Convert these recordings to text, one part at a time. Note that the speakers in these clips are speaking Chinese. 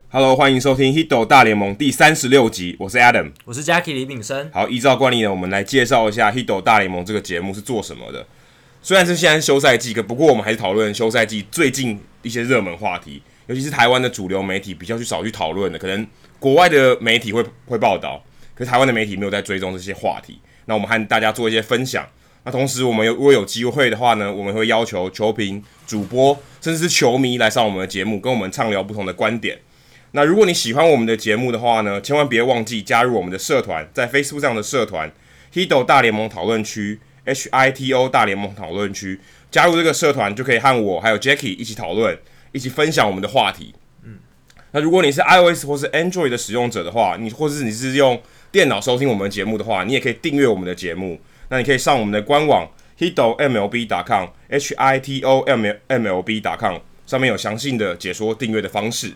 Hello， 欢迎收听《Hito 大联盟》第36集，我是 Adam， 我是 Jackie 李炳生。 好，依照惯例呢，我们来介绍一下《Hito 大联盟》这个节目是做什么的。虽然是现在是休赛季，不过我们还是讨论休赛季最近一些热门话题，尤其是台湾的主流媒体比较少去讨论的，可能国外的媒体会报道，可是台湾的媒体没有在追踪这些话题。那我们和大家做一些分享。那同时，我们如果有机会的话呢，我们会要求球评、主播，甚至是球迷来上我们的节目，跟我们畅聊不同的观点。那如果你喜欢我们的节目的话呢，千万别忘记加入我们的社团，在 Facebook 上的社团 Hito 大联盟讨论区 HITO 大联盟讨论区，加入这个社团就可以和我还有 Jackie 一起讨论，一起分享我们的话题。那如果你是 iOS 或是 Android 的使用者的话，或是你是用电脑收听我们的节目的话，你也可以订阅我们的节目。那你可以上我们的官网 hitomlb.com hitomlb.com 上面有详细的解说订阅的方式。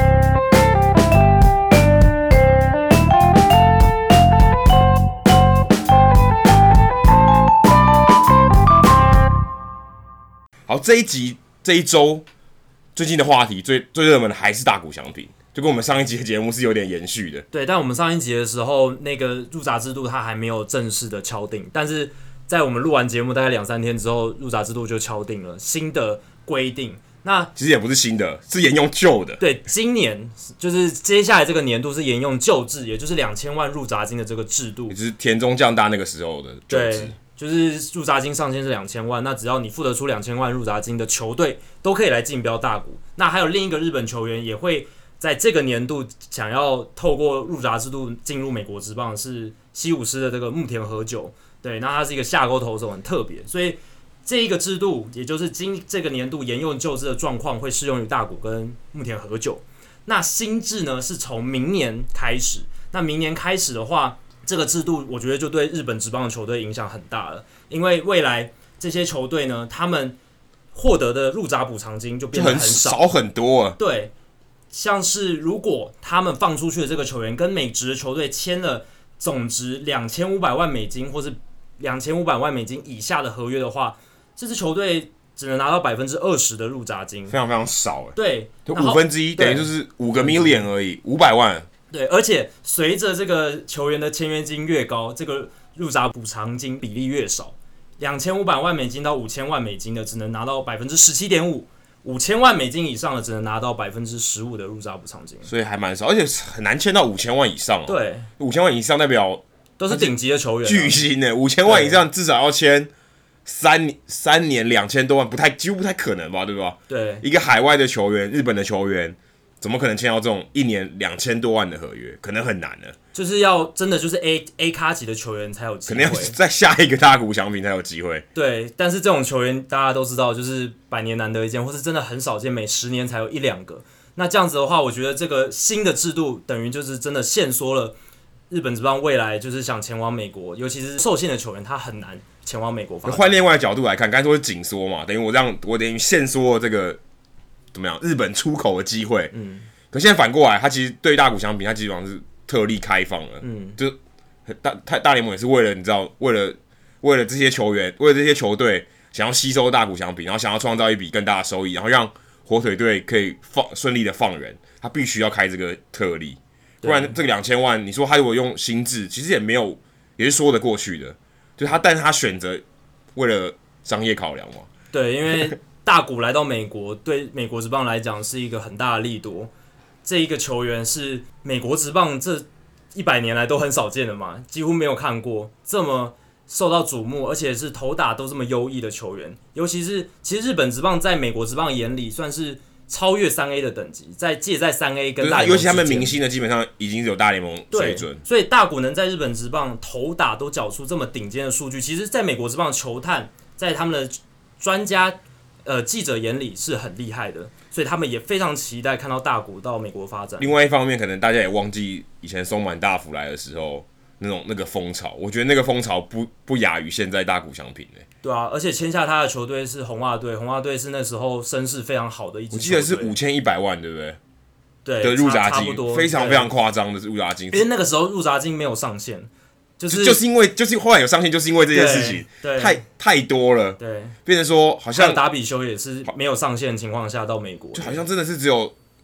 好，这一周最近的话题最热门的还是大谷翔平，就跟我们上一集的节目是有点延续的。 对，但我们上一集的时候，那个入闸制度它还没有正式的敲定，但是在我们录完节目大概2-3天之后，入闸制度就敲定了新的规定。那其实也不是新的，是沿用旧的。 对，今年就是接下来这个年度是沿用旧制，也就是2000万入闸金的这个制度， 也就是田中将大那个时候的旧制。 对，就是入闸金上限是2000万，那只要你付得出2000万入闸金的球队都可以来竞标大谷。那还有另一个日本球员也会在这个年度想要透过入闸制度进入美国职棒，是西武狮的这个木田和久。对，那他是一个下钩投手，很特别，所以这一个制度，也就是这个年度沿用旧制的状况，会适用于大谷跟木田和久。那新制呢，是从明年开始。那明年开始的话，这个制度我觉得就对日本职棒的球队影响很大了，因为未来这些球队呢，他们获得的入闸补偿金就变得很少很多啊。 对，像是如果他们放出去的这个球员跟美职的球队签了总值$2500万或是$2500万以下的合约的话，这支球队只能拿到20%的入闸金， 非常非常少。 对， 就1/5等于就是5个 million 而已，500万。 对，而且随着这个球员的签约金越高，这个入闸补偿金比例越少。$2500万到$5000万的只能拿到17.5%，$5000万以上的只能拿到15%的入闸补偿金， 所以还蛮少，而且很难签到5000万以上。 对 ，5000万以上代表都是顶级的球员， 巨星呢。5000万以上至少要签3年2000多万，几乎不太可能吧，对吧？ 对， 一个海外的球员，日本的球员，怎么可能签到这种1年2000多万的合约？可能很难的。 就是要真的就是 A 咖级的球员才有机会， 可能要在下一个大谷翔平才有机会。 对，但是这种球员大家都知道，就是100年难得一见，或是真的很少见，每10年才有1-2个。那这样子的话，我觉得这个新的制度等于就是真的限缩了日本职棒未来就是想前往美国，尤其是受限的球员，他很难前往美国发展。 换另外的角度来看，刚才说是紧缩嘛，等于我等于限缩了这个怎么样日本出口的机会。可现在反过来，他其实对大谷翔平，他基本上是特例开放了。就大联盟也是为了你知道，为了这些球员，为了这些球队想要吸收大谷翔平，然后想要创造一笔更大的收益，然后让火腿队可以顺利的放人，他必须要开这个特例。不然这个2000万，你说他如果用新制，其实也没有，也是说得过去的。但是他选择为了商业考量嘛。 对，因为大谷来到美国，对美国职棒来讲是一个很大的利多。这一个球员是美国职棒这100年来都很少见的嘛，几乎没有看过这么受到瞩目，而且是投打都这么优异的球员。尤其是其实日本职棒在美国职棒眼里算是超越3A 的等级，介在3A 跟大联盟之间， 尤其他们明星呢，基本上已经有大联盟水准。 所以大谷能在日本职棒投打都缴出这么顶尖的数据，其实在美国职棒球探在他们的专家记者眼里是很厉害的，所以他们也非常期待看到大谷到美国发展。 另外一方面，可能大家也忘记以前松满大辅来的时候那个风潮，我觉得那个风潮不亚于现在大谷翔平对啊，而且签下他的球队是红袜队，红袜队是那时候声势非常好的一支球队， 我记得是5100万，对不对？ 对的入闸金， 差不多非常非常夸张的入闸金。 因为那个时候入闸金没有上限，就是后来有上限，就是因为这件事情太多了， 对， 变成说好像达比修也是没有上限的情况下到美国， 就好像真的是只有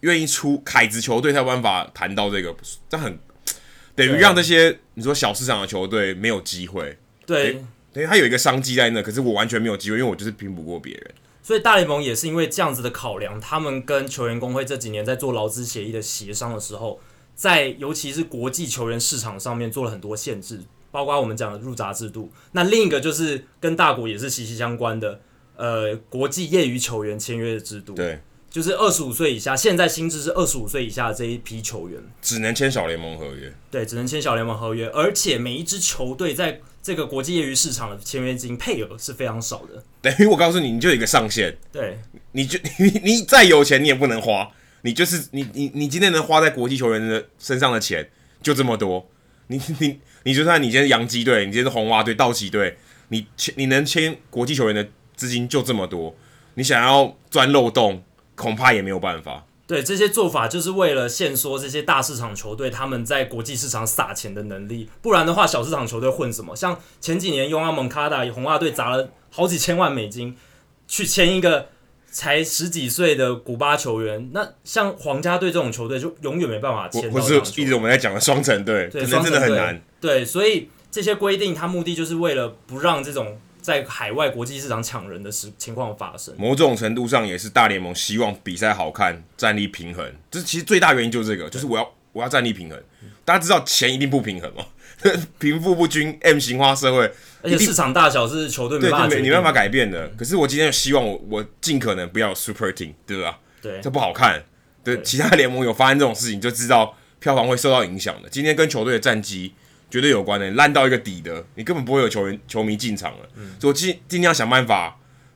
愿意出凯子球队才有办法谈到这个，这很等于让这些你说小市场的球队没有机会。 对， 等于他有一个商机在那，可是我完全没有机会，因为我就是拼不过别人。 所以大联盟也是因为这样子的考量，他们跟球员工会这几年在做劳资协议的协商的时候，在尤其是国际球员市场上面做了很多限制，包括我们讲的入闸制度。那另一个就是跟大谷也是息息相关的，国际业余球员签约的制度。 对， 就是25岁以下，现在新制是25岁以下的这一批球员只能签小联盟合约。 对，只能签小联盟合约，而且每一支球队在这个国际业余市场的签约金配额是非常少的。 等于我告诉你，你就有一个上限。 对， 你再有钱你也不能花，你就是你今天能花在国际球员的身上的钱就这么多。你就算你今天是洋基队，你今天是红袜队、道奇队，你能签国际球员的资金就这么多，你想要钻漏洞，恐怕也没有办法。 对，这些做法就是为了限缩这些大市场球队他们在国际市场撒钱的能力，不然的话，小市场球队混什么？像前几年用阿蒙卡达红袜队砸了好几千万美金去签一个才10几岁的古巴球员，那像皇家队这种球队就永远没办法签到这样的球员。 或是一直我们在讲的双城队，可能真的很难。 对，所以这些规定，它目的就是为了不让这种在海外国际市场抢人的情况发生。 某种程度上也是大联盟希望比赛好看、战力平衡，这其实最大原因就是这个，就是我要战力平衡。大家知道钱一定不平衡吗？贫富不均 ，M 型化社会， 而且市场大小是球队没办法决定的， 你没办法改变的。可是我今天希望我尽可能不要有 super team， 对吧？ 对， 这不好看。对，其他联盟有发生这种事情，就知道票房会受到影响的。今天跟球队的战绩绝对有关的，烂到一个底的，你根本不会有球迷进场了。所以我尽量想办法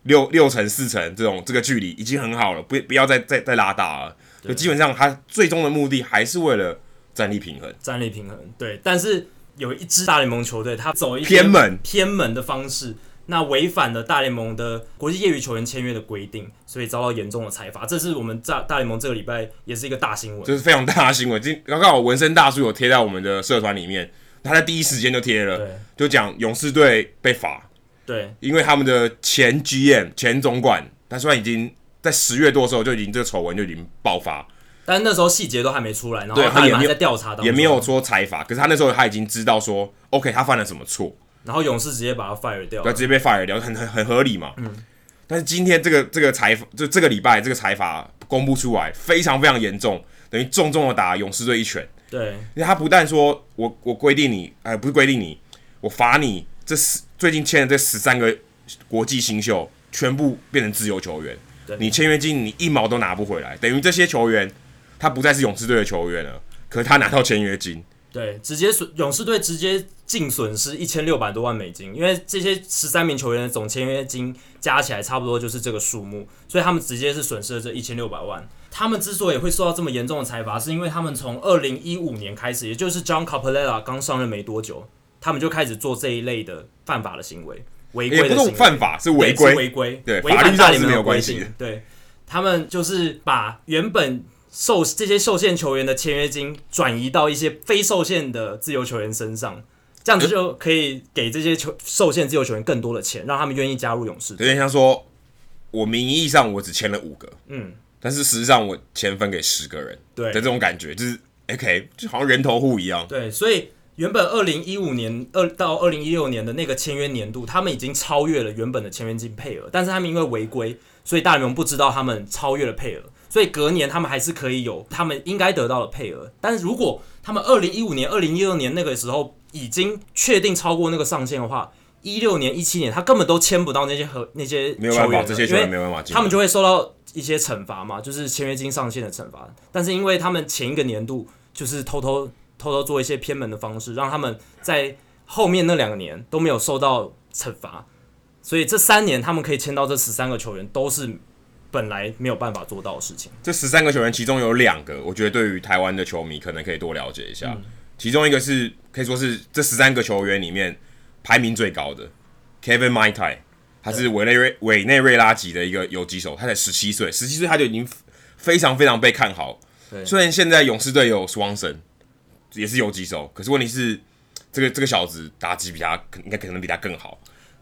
6成4成这个距离已经很好了，不要再拉大了。就基本上他最终的目的还是为了战力平衡。 战力平衡，对。但是有一支大联盟球队，他走一些偏门的方式，那违反了大联盟的国际业余球员签约的规定，所以遭到严重的裁罚。这是我们大联盟这个礼拜也是一个大新闻， 就是非常大的新闻。刚刚好纹身大叔有贴在我们的社团里面，他在第一时间就贴了，就讲勇士队被罚， 对， 因为他们的前 GM 前总管，他虽然已经在10月多的时候就已经这个丑闻就已经爆发。 但那时候细节都还没出来，然后他也还在调查当中， 也没有说裁罚。可是他那时候他已经知道说 ，OK， 他犯了什么错， 然后勇士直接把他 fire 掉了， 对，直接被 fire 掉，很合理嘛。但是今天这个裁罚，就这个礼拜这个裁罚公布出来，非常非常严重，等于重重的打勇士队一拳。 对， 因为他不但说我规定你，不是规定你，我罚你最近签的这13个国际新秀全部变成自由球员，你签约金你1毛都拿不回来，等于这些球员。他不再是勇士队的球员了，可是他拿到签约金， 对，勇士队直接净损失1600多万美金，因为这些13名球员的总签约金加起来差不多就是这个数目，所以他们直接是损失了这1600万。他们之所以会受到这么严重的裁罚，是因为他们从2015年开始，也就是 John Capella 刚上任没多久，他们就开始做这一类的犯法的行为，违规的行为， 也不是犯法，是违规，对， 违反大联盟没有关系的。 对，他们就是把原本这些受限球员的签约金转移到一些非受限的自由球员身上，这样子就可以给这些受限自由球员更多的钱，让他们愿意加入勇士队。 有点像说，我名义上我只签了5个，但是实际上我钱分给10个人，对的这种感觉，就是 OK， 就好像人头户一样。 对，所以原本2015年到2016年的那个签约年度，他们已经超越了原本的签约金配额，但是他们因为违规，所以大联盟不知道他们超越了配额。所以隔年他们还是可以有他们应该得到的配额，但是如果他们2015年、2016年那个时候已经确定超过那个上限的话，16年、17年他根本都签不到那些没有办法，这些球员没有办法进， 他们就会受到一些惩罚嘛，就是签约金上限的惩罚。但是因为他们前一个年度就是偷偷做一些偏门的方式，让他们在后面那2个年都没有受到惩罚，所以这3年他们可以签到这13个球员都是本来没有办法做到的事情。 这13个球员其中有2个，我觉得对于台湾的球迷可能可以多了解一下。其中一个是可以说是这13个球员里面排名最高的 Kevin Maitai， 他是委内瑞拉籍的一个游击手，他才17岁他就已经非常非常被看好。虽然现在勇士队有 Swanson 也是游击手，可是问题是这个小子打击应该可能比他更好。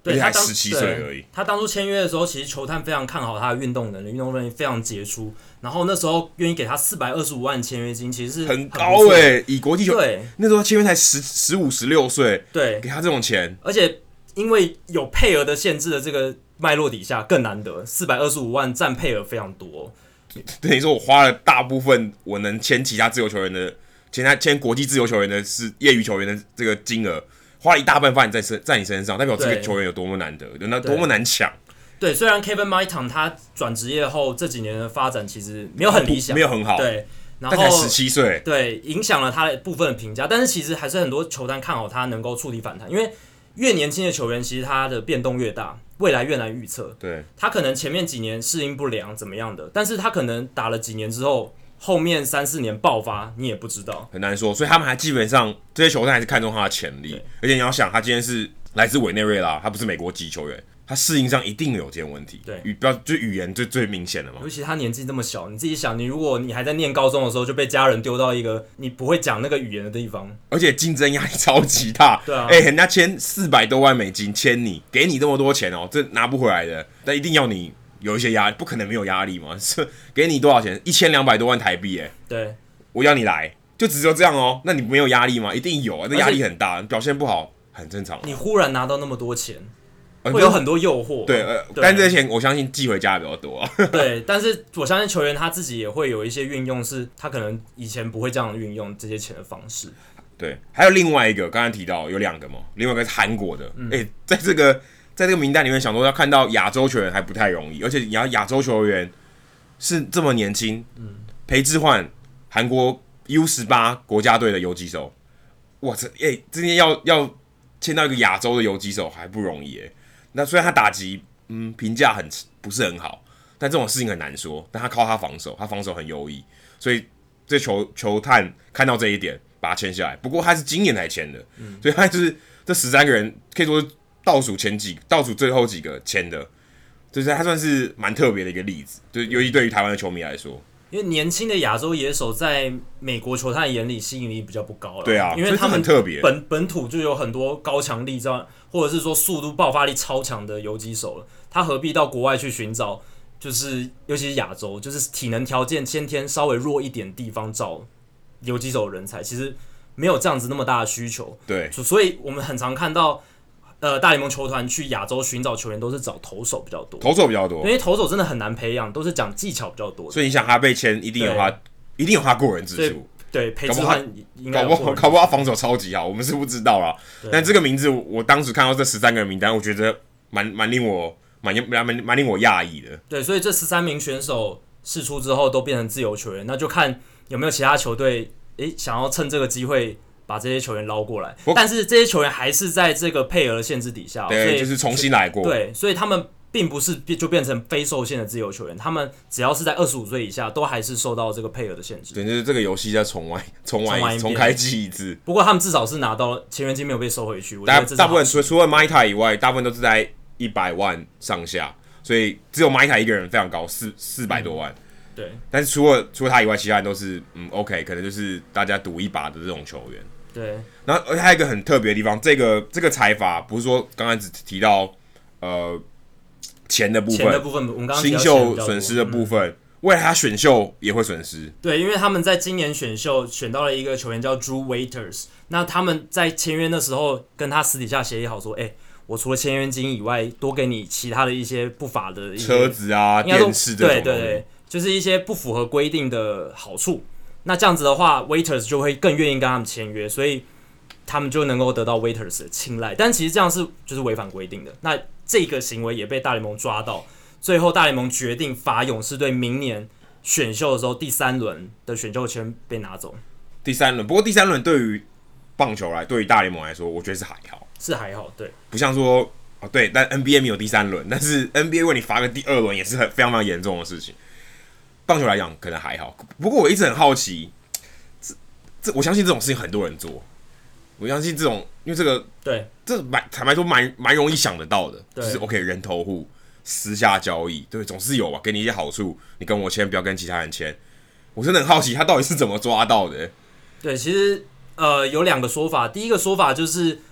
对， 才17岁而已。 他当初签约的时候，其实球探非常看好他的运动能力，运动能力非常杰出。然后那时候愿意给他425万签约金，其实是很高以国际球对那时候签约才15、16岁， 对， 给他这种钱， 而且因为有配额的限制的这个脉络底下更难得，425万占配额非常多。 等于说我花了大部分我能签其他自由球员的签国际自由球员的是业余球员的这个金额，花了一大半放在你身上，代表这个球员有多么难得，多么难抢。 对，虽然 Kevin Maitan 他转职业后这几年的发展其实没有很理想， 没有很好， 对，然后他才17岁， 对，影响了他的部分的评价，但是其实还是很多球探看好他能够触底反弹，因为越年轻的球员，其实他的变动越大，未来越难预测。 对， 他可能前面几年适应不良怎么样的，但是他可能打了几年之后，后面3-4年爆发，你也不知道， 很难说。所以他们还基本上这些球探还是看中他的潜力，而且你要想，他今天是来自委内瑞拉，他不是美国籍球员。他适应上一定有这些问题， 对， 就语言最明显的嘛。 尤其他年纪这么小，你自己想，如果你还在念高中的时候就被家人丢到一个你不会讲那个语言的地方， 而且竞争压力超级大。 对啊， 人家签400多万美金签你，给你这么多钱哦，这拿不回来的。但一定要你有一些压力，不可能没有压力嘛。给你多少钱？1200多万台币， 对， 我要你来，就只有这样哦。那你没有压力吗？一定有啊，这压力很大，表现不好很正常。 你忽然拿到那么多钱。会有很多诱惑， 对，但这些钱我相信寄回家比较多啊。 对，但是我相信球员他自己也会有一些运用，是他可能以前不会这样运用这些钱的方式。 对，还有另外一个，刚才提到有2个嘛，另外一个是韩国的。在这个名单里面，想说要看到亚洲球员还不太容易，而且你要亚洲球员是这么年轻，裴智焕，韩国 U18 国家队的游击手，哇，今天要签到一个亚洲的游击手还不容易那虽然他打击评价不是很好，但这种事情很难说。但他靠他防守很优异，所以这球探看到这一点，把他签下来。不过他是今年才签的，所以他就是这13个人可以说是倒数最后几个签的，就是他算是蛮特别的一个例子，就是尤其对于台湾的球迷来说。 因为年轻的亚洲野手在美国球探眼里吸引力比较不高了， 对啊， 因为他们很特别， 本土就有很多高强力或者是说速度爆发力超强的游击手了，他何必到国外去寻找？就是尤其是亚洲，就是体能条件先天稍微弱一点的地方找游击手人才，其实没有这样子那么大的需求。 对， 所以我们很常看到。大联盟球团去亚洲寻找球员都是找投手比较多，因为投手真的很难培养，都是讲技巧比较多的。 所以你想他被签，一定有他过人之处。 对，裴智焕应该搞不好他防守超级好，我们是不知道啦。但这个名字，我当时看到这13个人名单，我觉得蛮令我讶异的。 对，所以这13名选手释出之后都变成自由球员，那就看有没有其他球队想要趁这个机会。把这些球员捞过来，但是这些球员还是在这个配额的限制底下， 对，就是重新来过。 对，所以他们并不是就变成非受限的自由球员，他们只要是在25岁以下，都还是受到这个配额的限制。 对，就是这个游戏再重开机一次。 不过他们至少是拿到签约金，没有被收回去。 大部分除了 Maitai 以外，大部分都是在100万上下，所以只有 Maitai 一个人非常高，400多万。 对， 但是除了他以外，其他人都是OK， 可能就是大家赌一把的这种球员。 对， 然后而且还有一个很特别的地方，这个裁罚不是说刚才只提到钱的部分， 我们刚刚新秀损失的部分，未来他选秀也会损失。 对，因为他们在今年选秀选到了一个球员叫 Drew Waiters， 那他们在签约的时候跟他私底下协议好说，我除了签约金以外，多给你其他的一些不法的一些车子啊、电视这种对，就是一些不符合规定的好处。那这样子的话 ，Waiters 就会更愿意跟他们签约，所以他们就能够得到 Waiters 的青睐。但其实这样就是违反规定的。那这个行为也被大联盟抓到，最后大联盟决定罚勇士队明年选秀的时候第3轮的选秀权被拿走。 第3轮，不过第3轮对于棒球对于大联盟来说，我觉得是还好， 对， 不像说对，但 NBA 没有第3轮，但是 NBA 为你罚个第2轮也是非常非常严重的事情。棒球来讲可能还好，不过我一直很好奇，我相信这种事情很多人做，我相信这种，因为坦白说蛮容易想得到的，就是 OK 人头户私下交易，对，总是有吧，给你一些好处，你跟我签，不要跟其他人签。我真的很好奇他到底是怎么抓到的。 对，其实有2个说法，第一个说法就是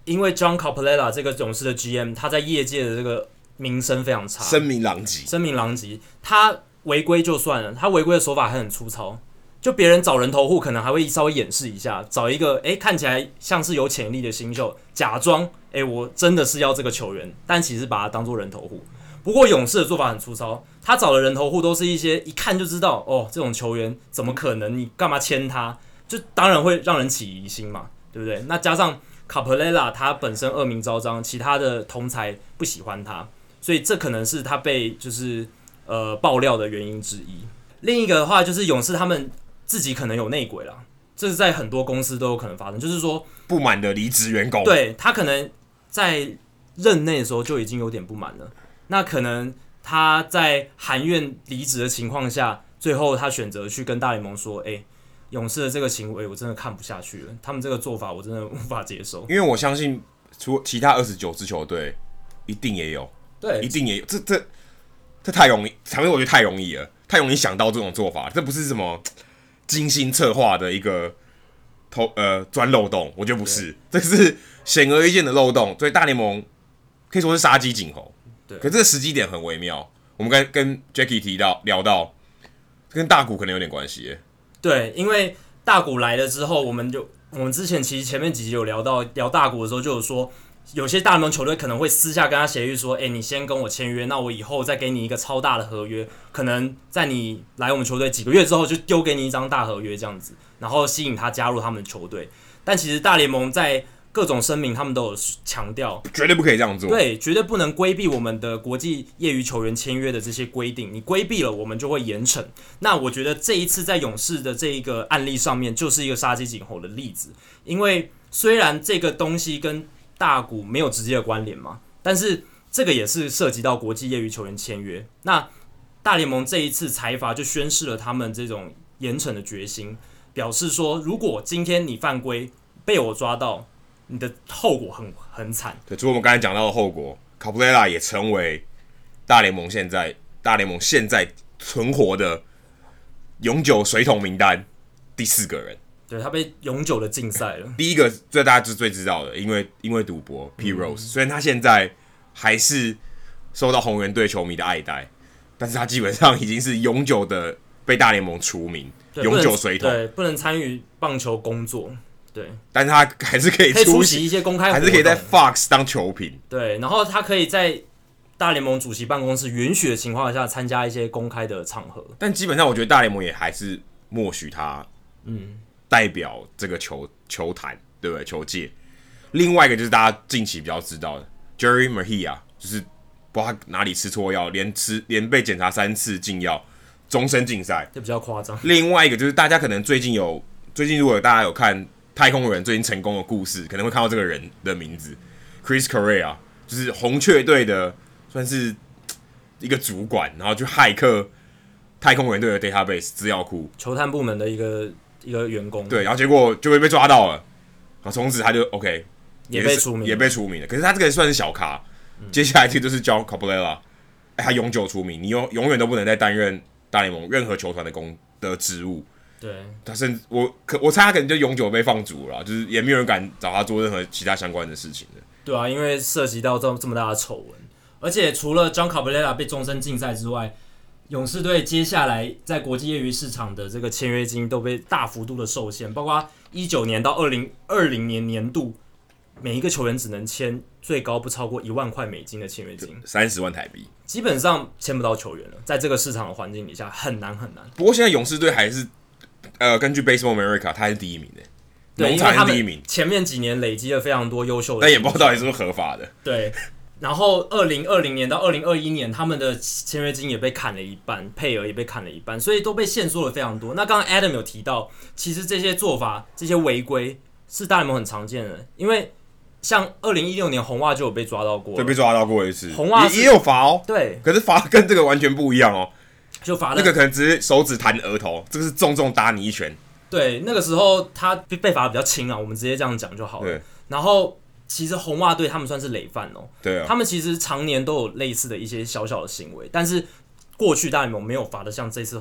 因为 John Coppolella 这个勇士的 GM， 他在业界的这个名声非常差， 声名狼藉。 他违规就算了，他违规的手法还很粗糙。就别人找人头户，可能还会稍微掩饰一下，找一个看起来像是有潜力的新秀，假装我真的是要这个球员，但其实把他当做人头户。不过勇士的做法很粗糙，他找的人头户都是一些一看就知道这种球员怎么可能？你干嘛签他？就当然会让人起疑心嘛，对不对？那加上 Coppolella 他本身恶名昭彰，其他的同才不喜欢他，所以这可能是他被爆料的原因之一。另一个的话就是勇士他们自己可能有内鬼啦，这是在很多公司都有可能发生，就是说不满的离职员工， 对他可能在任内的时候就已经有点不满了，那可能他在含怨离职的情况下，最后他选择去跟大联盟说，勇士的这个行为我真的看不下去了，他们这个做法我真的无法接受。 因为我相信，除其他29支球队一定也有， 对， 一定也有，这太容易，场面我觉得太容易了，太容易想到这种做法，这不是什么精心策划的一个钻漏洞，我觉得不是，这是显而易见的漏洞，所以大联盟可以说是杀鸡儆猴。 对，可这个时机点很微妙。我们跟 Jackie 聊到，跟大谷可能有点关系耶。 对，因为大谷来了之后，我们之前其实前面几集有聊大谷的时候，就有说有些大联盟球队可能会私下跟他协议说，你先跟我签约，那我以后再给你一个超大的合约，可能在你来我们球队几个月之后就丢给你一张大合约这样子，然后吸引他加入他们的球队。但其实大联盟在各种声明他们都有强调， 绝对不可以这样做。 对，绝对不能规避我们的国际业余球员签约的这些规定，你规避了，我们就会严惩。那我觉得这一次在勇士的这一个案例上面，就是一个杀鸡儆猴的例子。因为虽然这个东西跟大谷没有直接的关联嘛，但是这个也是涉及到国际业余球员签约。那大联盟这一次裁罚就宣示了他们这种严惩的决心，表示说，如果今天你犯规被我抓到，你的后果很惨。 对，除了我们刚才讲到的后果 ，Coppolella 也成为大联盟现在存活的永久水桶名单第4个人。 对，他被永久的禁赛了。 第一个，这大家是最知道的，因为赌博 P. Rose，虽然他现在还是受到红人队球迷的爱戴，但是他基本上已经是永久的被大联盟除名，永久水桶， 对，不能参与棒球工作。对， 但是他还是可以出席一些公开活动， 还是可以在 Fox 当球评。 对，然后他可以在大联盟主席办公室允许的情况下参加一些公开的场合。 但基本上，我觉得大联盟也还是默许他，代表这个球坛，对不对？球界。另外一个就是大家近期比较知道的 Jerry Mejia， 就是不知道他哪里吃错药，连被检查3次禁药，终身禁赛， 这比较夸张。 另外一个就是大家可能最近如果大家有看太空人最近成功的故事，可能会看到这个人的名字 Chris Correa， 就是红雀队的算是一个主管，然后去骇客太空人队的 database 资料库， 球探部门的一个员工。 对，然后结果就会被抓到了，然后从此他就 OK 也被除名了。可是他这个算是小咖，接下来这个就是 John Coppolella，他永久除名，你永远都不能再担任大联盟任何球团的职务。 对， 他甚至我猜他可能就永久被放逐了啦，就是也没有人敢找他做任何其他相关的事情的。 对啊，因为涉及到这么大的丑闻，而且除了 John Coppolella 被终身禁赛之外，勇士队接下来在国际业余市场的这个签约金都被大幅度的受限，包括19年到2020年年度，每一个球员只能签最高不超过1万块美金的签约金 ，30万台币， 基本上签不到球员了。在这个市场的环境底下，很难。 不过现在勇士队还是根据 Baseball America， 他还是第一名的， 对， 农场是第一名。 前面几年累积了非常多优秀的， 但也不知道到底是不是合法的。 对。然后2020年到2021年，他们的签约金也被砍了一半，配额也被砍了一半，所以都被限缩了非常多。那刚刚 Adam 有提到，其实这些做法、这些违规是大联盟很常见的，因为像2016年红袜就有被抓到过， 对，被抓到过一次， 红袜也有罚哦， 对， 可是罚跟这个完全不一样哦， 就罚那个可能只是手指弹额头，这个是重重打你一拳。 对，那个时候他被罚的比较轻啊，我们直接这样讲就好了。然后其实红袜队他们算是累犯哦， 对啊， 他们其实常年都有类似的一些小小的行为，但是过去大联盟没有罚的像这次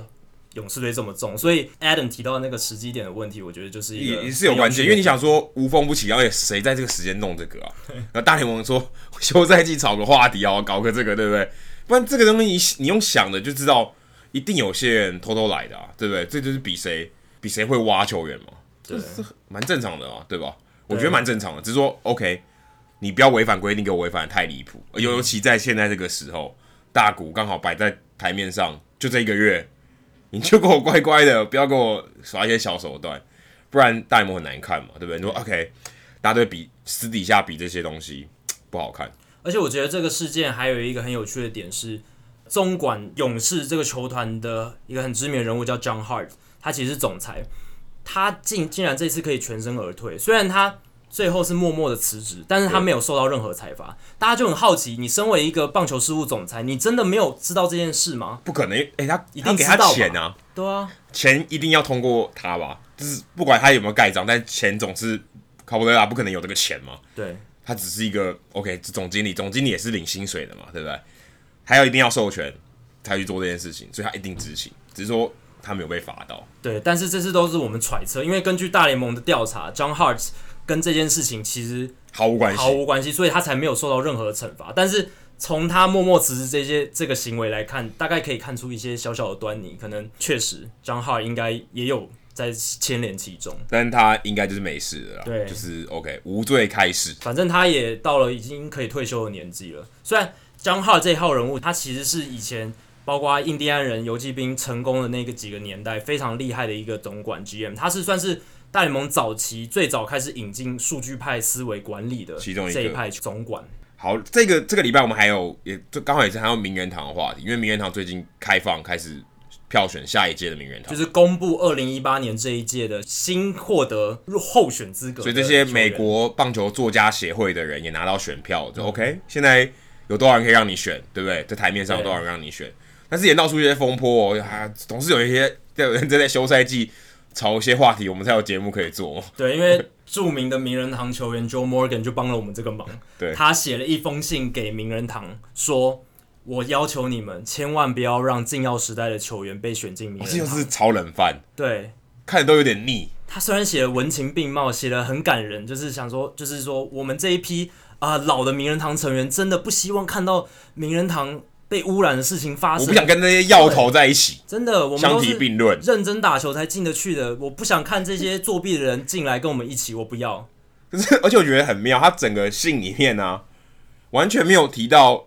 勇士队这么重，所以 Adam 提到的那个时机点的问题，我觉得就是一个也是有关系，因为你想说无风不起，而且谁在这个时间弄这个啊？然后大联盟说休赛季炒个话题啊，搞个这个，对不对？不然这个东西你用想的就知道，一定有些人偷偷来的啊，对不对？这就是比谁会挖球员嘛， 对， 这蛮正常的啊，对吧？我觉得蛮正常的，只是说 OK， 你不要违反规定，给我违反的太离谱，尤其在现在这个时候，大股刚好摆在台面上，就这一个月，你就给我乖乖的，不要给我耍一些小手段，不然大联盟很难看嘛，对不对？你说 OK， 大家都比私底下比这些东西不好看。 而且我觉得这个事件还有一个很有趣的点是，纵管勇士这个球团的一个很知名的人物叫 John Hart， 他其实是总裁，他竟然这次可以全身而退，虽然他最后是默默的辞职，但是他没有受到任何裁罚。大家就很好奇，你身为一个棒球事务总裁，你真的没有知道这件事吗？ 不可能，他一定给他钱啊， 对啊， 钱一定要通过他吧，就是不管他有没有盖章，但钱总是卡布雷拉不可能有这个钱嘛。 对。 他只是一个 OK 总经理也是领薪水的嘛，对不对？还有一定要授权才去做这件事情，所以他一定执行，只是说他没有被罚到。 对，但是这次都是我们揣测，因为根据大联盟的调查 ，John Hart 跟这件事情其实毫无关系， 所以他才没有受到任何的惩罚。但是从他默默辞职这个行为来看，大概可以看出一些小小的端倪，可能确实 John Hart 应该也有在牵连其中， 但他应该就是没事的啦， 对， 就是 OK 无罪开始。 反正他也到了已经可以退休的年纪了。虽然 John Hart 这一号人物，他其实是以前包括印第安人、游骑兵成功的那个几个年代非常厉害的一个总管 GM， 他是算是大联盟早期最早开始引进数据派思维管理的这一派总管。 好，这个礼拜我们还有就刚好也是还有名人堂的话题，因为名人堂最近开放开始票选下一届的名人堂， 就是公布2018年这一届的新获得候选资格， 所以这些美国棒球作家协会的人也拿到选票，就 OK。现在有多少人可以让你选，对不对？在台面上有多少人让你选？但是也闹出一些风波总是有一些人在休赛季炒一些话题，我们才有节目可以做。 对，因为著名的名人堂球员 Joe Morgan 就帮了我们这个忙， 对， 他写了一封信给名人堂说。我要求你们千万不要让禁药时代的球员被选进名人堂， 这就是炒冷饭， 对， 看着都有点腻。 他虽然写的文情并茂，写的很感人，就是想说，就是说我们这一批老的名人堂成员真的不希望看到名人堂被污染的事情发生。 我不想跟那些药头在一起， 真的，我们相提并论， 认真打球才进得去的。我不想看这些作弊的人进来跟我们一起，我不要。 可是，而且我觉得很妙，他整个信里面完全没有提到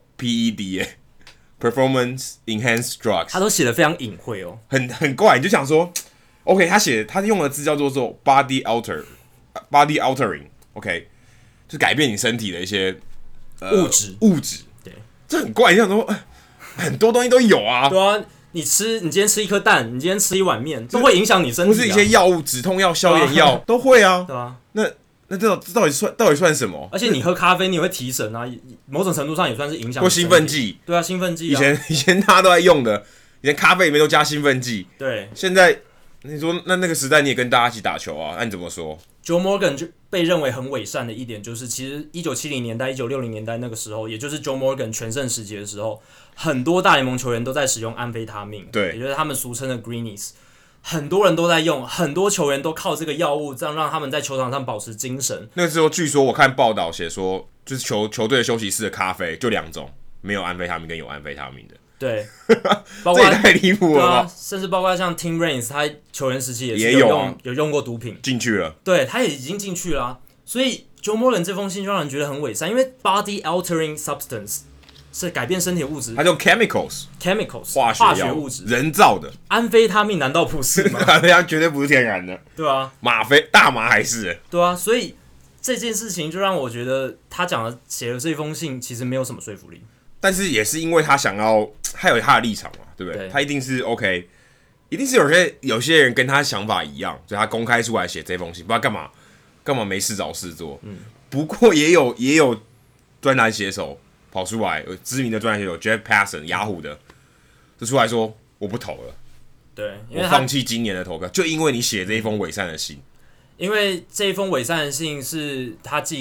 PED。Performance Enhanced Drugs， 他都写的非常隐晦哦， 很怪。你就想说 ，OK， 他用的字叫做body altering，OK， 就是改变你身体的一些物质。 对， 这很怪。你想说，很多东西都有啊。 对啊，你今天吃一颗蛋，你今天吃一碗面，都会影响你身体。 不是一些药物、止痛药、消炎药都会啊。 对啊， 那这到底算什么？ 而且你喝咖啡，你会提神啊，某种程度上也算是影响。 或兴奋剂， 对啊，兴奋剂、 以前大家都在用的，以前咖啡里面都加兴奋剂。 对， 现在你说那个时代你也跟大家一起打球啊，那你怎么说 ？Joe Morgan 就被认为很伪善的一点就是，其实1970年代、1960年代那个时候，也就是 Joe Morgan 全盛时期的时候，很多大联盟球员都在使用安非他命， 对， 也就是他们俗称的 Greenies。很多人都在用，很多球员都靠这个药物，这样让他们在球场上保持精神。 那个时候，据说我看报道写说，就是球队的休息室的咖啡就2种，没有安非他命跟有安非他命的。 对，包括这也太离谱了吧！ 甚至包括像 Tim Raines， 他球员时期也是有用过毒品进去了， 对，他也已经进去了所以 Joe Morgan 这封信就让人觉得很伪善，因为 body altering substance。是改变身体的物质， 它叫 chemicals 化学物质， 人造的。 安非他命难道不是吗？ 它绝对不是天然的， 对啊， 大麻还是， 对啊，所以这件事情就让我觉得他写的这封信其实没有什么说服力。 但是也是因为他想要，他有他的立场嘛，对不对？他一定是 OK， 一定是有些人跟他想法一样，所以他公开出来写这封信，不知道干嘛没事找事做。不过也有专栏写手。跑出来，知名的专栏写手 Jeff Passan 雅虎的，就出来说我不投了， 对， 我放弃今年的投票，就因为你写这一封伪善的信。 因为这一封伪善的信是他寄给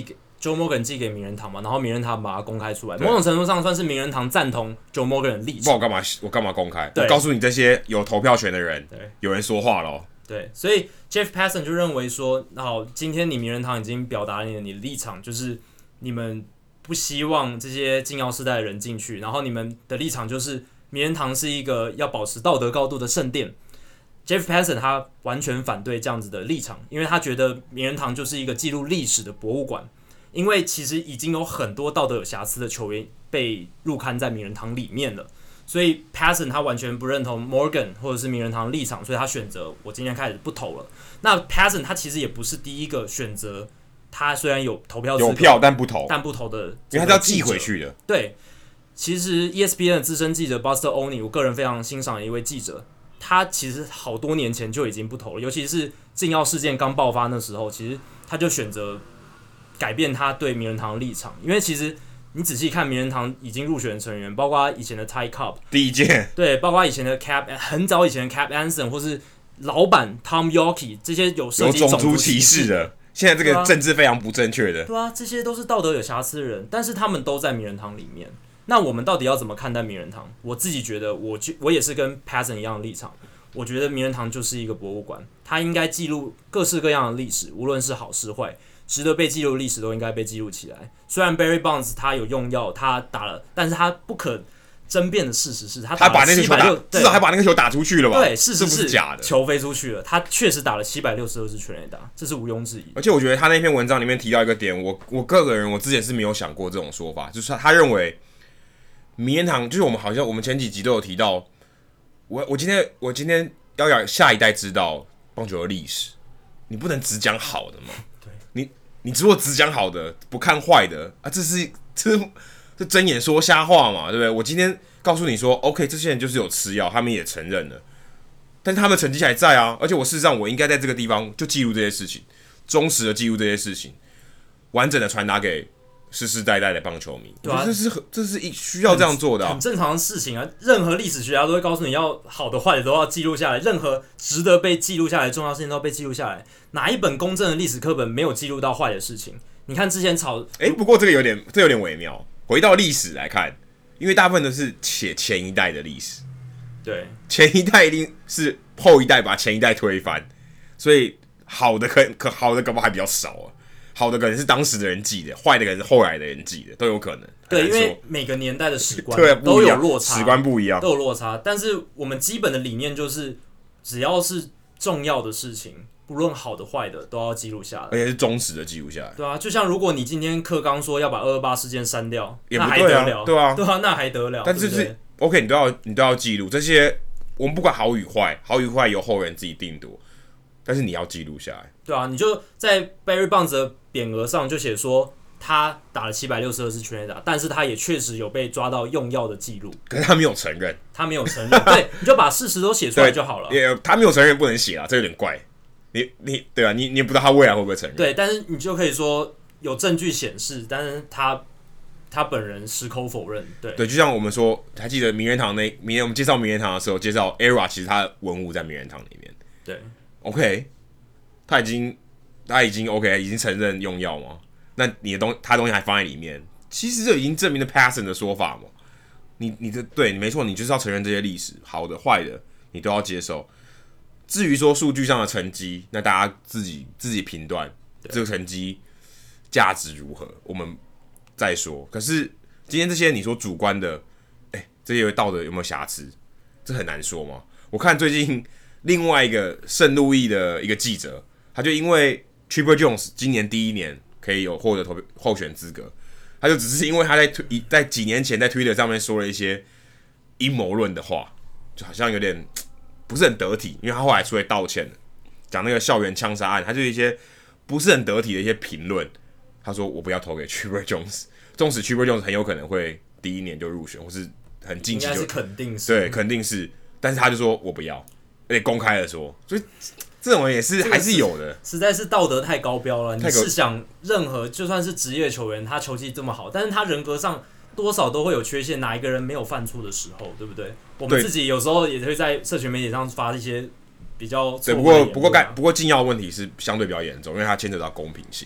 Joe Morgan 寄给名人堂嘛，然后名人堂把它公开出来，某种程度上算是名人堂赞同 Joe Morgan 的立场。 不然我干嘛公开？我告诉你这些有投票权的人，有人说话了。 对，所以 Jeff Passan 就认为说，好，今天你名人堂已经表达了你的立场，就是你们不希望这些禁药世代的人进去，然后你们的立场就是名人堂是一个要保持道德高度的圣殿。Jeff Passan 他完全反对这样子的立场，因为他觉得名人堂就是一个记录历史的博物馆，因为其实已经有很多道德有瑕疵的球员被入刊在名人堂里面了。所以 Passan 他完全不认同 Morgan 或者是名人堂的立场，所以他选择我今天开始不投了。那 Passan 他其实也不是第一个选择，他虽然有投票资格， 有票但不投的，因为他是要寄回去的。 对，其实 ESPN 的资深记者 Buster Olney， 我个人非常欣赏的一位记者，他其实好多年前就已经不投了，尤其是禁药事件刚爆发那时候，其实他就选择改变他对名人堂的立场，因为其实你仔细看名人堂已经入选的成员，包括以前的 Ty Cobb 第一届， 对，包括以前的 很早以前的 Cap Anson， 或是老板 Tom Yawkey， 这些有涉及种族歧视的，现在这个政治非常不正确的， 对啊，这些都是道德有瑕疵的人，但是他们都在名人堂里面。那我们到底要怎么看待名人堂？我自己觉得我也是跟 Passan 一样的立场，我觉得名人堂就是一个博物馆，它应该记录各式各样的历史，无论是好是坏，值得被记录的历史都应该被记录起来。虽然 Barry Bonds 他有用药，他打了，但是他不可争辩的事实是他把那个球至少还把那个球打出去了吧？ 对，事实是假的， 球飞出去了，他确实打了762支全垒打，这是毋庸置疑。 而且我觉得他那篇文章里面提到一个点，我个人我之前是没有想过这种说法，就是他认为名人堂就是我们前几集都有提到，我今天要让下一代知道棒球的历史，你不能只讲好的嘛？对，你如果只讲好的，不看坏的啊，这是睁眼说瞎话嘛，对不对？我今天告诉你说 ，OK， 这些人就是有吃药，他们也承认了，但是他们成绩还在啊，而且事实上我应该在这个地方就记录这些事情，忠实的记录这些事情，完整的传达给世世代代的棒球迷， 对啊， 这是需要这样做的很正常的事情啊。任何历史学家都会告诉你要好的坏的都要记录下来，任何值得被记录下来的重要事情都要被记录下来。哪一本公正的历史课本没有记录到坏的事情？你看之前不过这有点微妙。回到历史来看，因为大部分都是前一代的历史， 对， 前一代一定是后一代把前一代推翻，所以好的好的搞不好还比较少啊。好的可能是当时的人记的，坏的可能是后来的人记的，都有可能。 对，因为每个年代的史观都有落差， 史观不一样， 都有落差。但是我们基本的理念就是，只要是重要的事情，不论好的坏的，都要记录下来， 而且是忠实的记录下来。 对啊，就像如果你今天课纲说要把228事件删掉， 也不那还得了？ 对啊， 那还得了？ 但是对 OK， 你都要记录这些，我们不管好与坏由后人自己定夺，但是你要记录下来。 对啊，你就在 Barry Bonds 的匾额上就写说他打了762支全垒打，但是他也确实有被抓到用药的记录， 可是他没有承认， 对，你就把事实都写出来就好了。 他没有承认不能写啊，这有点怪。你对啊，你也不知道他未来会不会承认。 对，但是你就可以说有证据显示，但是他本人矢口否认。对， 就像我们说，还记得名人堂我们介绍名人堂的时候，介绍 ERA 其实他的文物在名人堂里面。 对 ，OK， 他已经 OK， 已经承认用药嘛？那他的东西还放在里面，其实这已经证明了 Passan 的说法嘛。你没错，你就是要承认这些历史，好的坏的你都要接受。至于说数据上的成绩，那大家自己评断这个成绩价值如何，我们再说。可是今天这些你说主观的，这些道德有没有瑕疵，这很难说嘛。我看最近另外一个圣路易的一个记者，他就因为 Chipper Jones 今年第一年可以有获得候选资格，他就只是因为他在几年前在 Twitter 上面说了一些阴谋论的话，就好像有点不是很得体，因为他后来出来道歉了，讲那个校园枪杀案，他就有一些不是很得体的一些评论。他说我不要投给 Chipper Jones， 纵使 Chipper Jones 很有可能会第一年就入选，或是很近期就应该是肯定是， 对，肯定是，但是他就说我不要，而且公开的说，所以这种人也是还是有的， 实在是道德太高标了。你试想，任何就算是职业球员，他球技这么好，但是他人格上多少都会有缺陷，哪一个人没有犯错的时候，对不对？我们自己有时候也会在社群媒体上发一些比较错误的言论啊。 不过禁药问题是相对比较严重，因为它牵扯到公平性。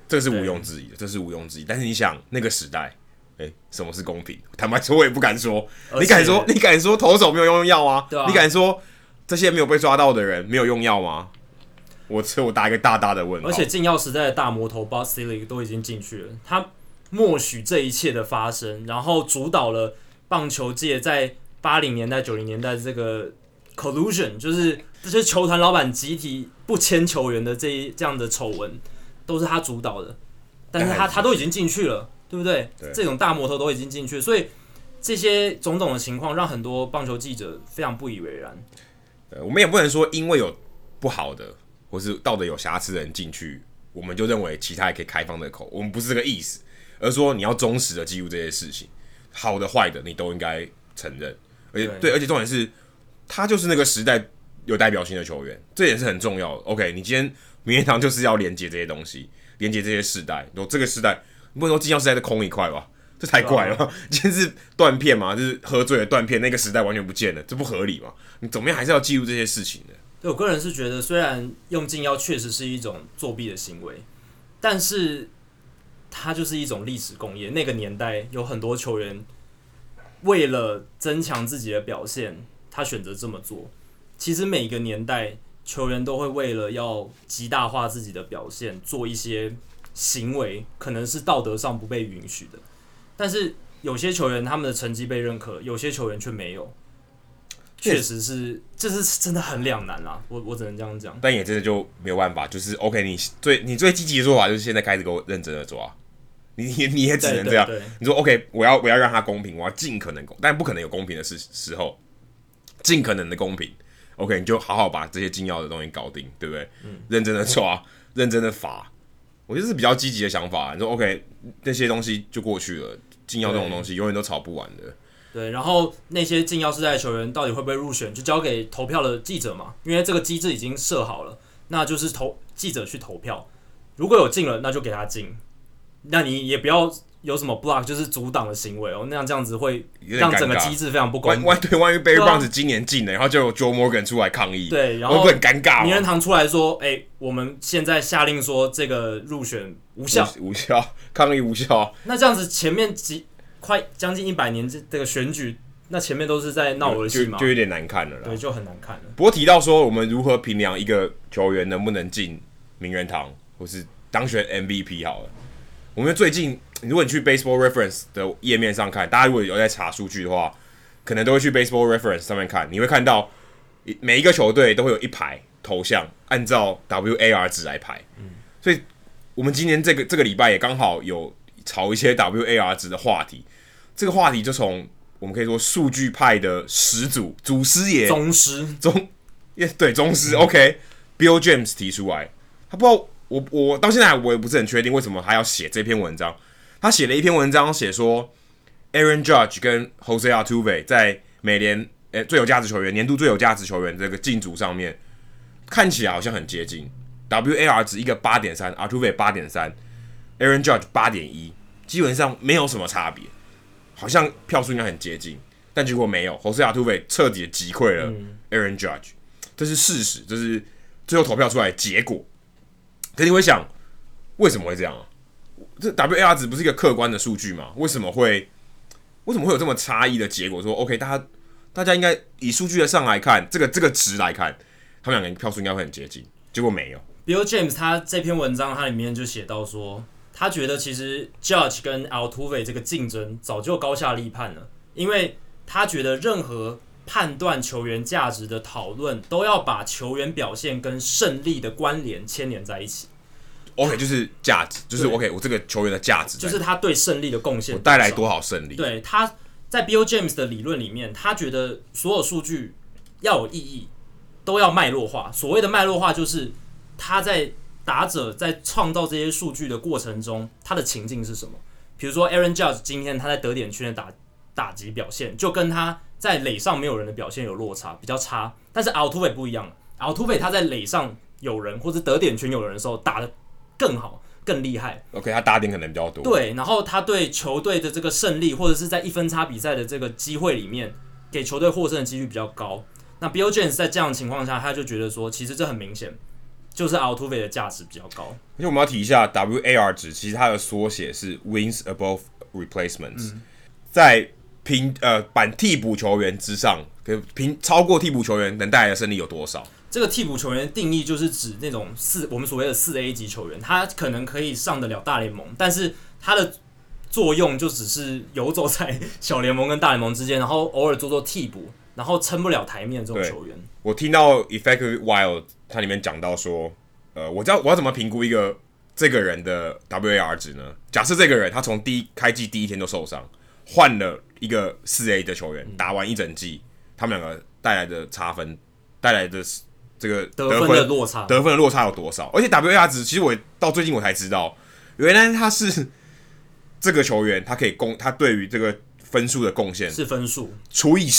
这是毋庸置疑的，这是毋庸置疑。但是你想那个时代，什么是公平？坦白说，我也不敢说。你敢说投手没有用药吗？ 对啊， 你敢说这些没有被抓到的人没有用药吗？我打一个大大的问号。 而且禁药时代的大魔头 Bud Selig 都已经进去了，他默许这一切的发生，然后主导了棒球界在80年代、90年代这个 collusion， 就是这些球团老板集体不签球员的这样的丑闻，都是他主导的。但是他都已经进去了，对不对？这种大魔头都已经进去了，所以这些种种的情况让很多棒球记者非常不以为然。 我们也不能说因为有不好的或是道德有瑕疵的人进去，我们就认为其他也可以开放的口，我们不是这个意思，而是说你要忠实的记录这些事情，好的坏的你都应该承认，而且重点是他就是那个时代有代表性的球员，这也是很重要的。OK， 你今天名人堂就是要连接这些东西，连接这些世代，这个世代你不能说禁药时代的空一块吧？这太怪了，今天是断片嘛，就是喝醉了断片，那个时代完全不见了，这不合理嘛？你怎么样还是要记录这些事情的。 对我个人是觉得，虽然用禁药确实是一种作弊的行为，但是它就是一种历史工业。那个年代有很多球员为了增强自己的表现，他选择这么做。其实每个年代球员都会为了要极大化自己的表现，做一些行为，可能是道德上不被允许的。但是有些球员他们的成绩被认可，有些球员却没有。确实是，这是真的很两难啦，我只能这样讲。 但也真的就没有办法，就是 OK， 你最积极的做法就是现在开始给我认真的抓，你也只能这样。你说 OK， 我要让他公平，我要尽可能公，但不可能有公平的时候，尽可能的公平。OK， 你就好好把这些禁药的东西搞定，对不对？认真的抓，认真的罚，我觉得是比较积极的想法。你说 OK， 那些东西就过去了，禁药这种东西永远都吵不完的。 对，然后那些禁药世代的球员到底会不会入选，就交给投票的记者嘛，因为这个机制已经设好了，那就是记者去投票，如果有进了，那就给他进，那你也不要有什么 block， 就是阻挡的行为哦，那样这样子会让整个机制非常不公平。 万一 Barry Bonds 今年进了，然后就有 Joe Morgan 出来抗议， 对，然后会很尴尬。 名人堂出来说，我们现在下令说这个入选无效， 抗议无效。 那这样子前面快将近100年这个选举，那前面都是在闹儿戏嘛， 就有点难看了啦。 对，就很难看了。 不过提到说我们如何评量一个球员能不能进名人堂，或是当选 MVP 好了。我们最近，如果你去 Baseball Reference 的页面上看，大家如果有在查数据的话，可能都会去 Baseball Reference 上面看，你会看到每一个球队都会有一排头像，按照 WAR 值来排。所以我们今年这个礼拜也刚好有炒一些 WAR 值的话题。这个话题就从我们可以说数据派的始祖祖师爷宗师 OK，Bill James 提出来，他不知道我到现在我也不是很确定为什么他要写这篇文章。他写了一篇文章，写说 Aaron Judge 跟 Jose Altuve 在美联最有价值球员年度最有价值球员这个竞逐上面，看起来好像很接近。WAR 值一个 8.3， Altuve 8.3， Aaron Judge 8.1， 基本上没有什么差别。好像票数应该很接近，但结果没有。Jose Altuve 彻底的击溃了 Aaron Judge，这是事实，这是最后投票出来的结果。可是你会想，为什么会这样啊？这 WAR 值不是一个客观的数据吗？为什么会有这么差异的结果？说 OK， 大家应该以数据的上来看，这个值来看，他们两个票数应该会很接近，结果没有。 Bill James 他这篇文章，他里面就写到说，他觉得其实 Judge 跟 Altuve 这个竞争早就高下立判了，因为他觉得任何判断球员价值的讨论都要把球员表现跟胜利的关联牵连在一起。 OK， 就是价值，就是 OK， 我这个球员的价值， 就是他对胜利的贡献， 我带来多少胜利。 对，他在 Bill James 的理论里面，他觉得所有数据要有意义，都要脉络化。所谓的脉络化，就是他在打者在创造这些数据的过程中，他的情境是什么？比如说 Aaron Judge 今天他在得点圈的打击表现，就跟他在垒上没有人的表现有落差，比较差。但是 Altuve 不一样 ，Altuve 他在垒上有人或者得点圈有人的时候打得更好、更厉害。 OK， 他打点可能比较多。 对，然后他对球队的这个胜利，或者是在1分差比赛的这个机会里面，给球队获胜的几率比较高。那 Bill James 在这样的情况下，他就觉得说，其实这很明显。 就是 Altuve 的价值比较高。 而且我们要提一下 WAR 值，其实它的缩写是 Wins Above Replacements，在板替补球员之上，超过替补球员能带来的胜利有多少？ 这个替补球员的定义就是指那种我们所谓的4A 级球员，他可能可以上得了大联盟，但是他的作用就只是游走在小联盟跟大联盟之间，然后偶尔做替补，然后撑不了台面这种球员。 我听到 Effective Wild 它里面讲到说，我要怎么评估这个人的 WAR 值呢？假设这个人他从开季第一天就受伤，换了一个4A 的球员，打完一整季，他们两个带来的差分，带来的这个得分的落差有多少？而且 WAR 值，其实我到最近我才知道，原来他是这个球员，他对于这个分数的贡献是分数除以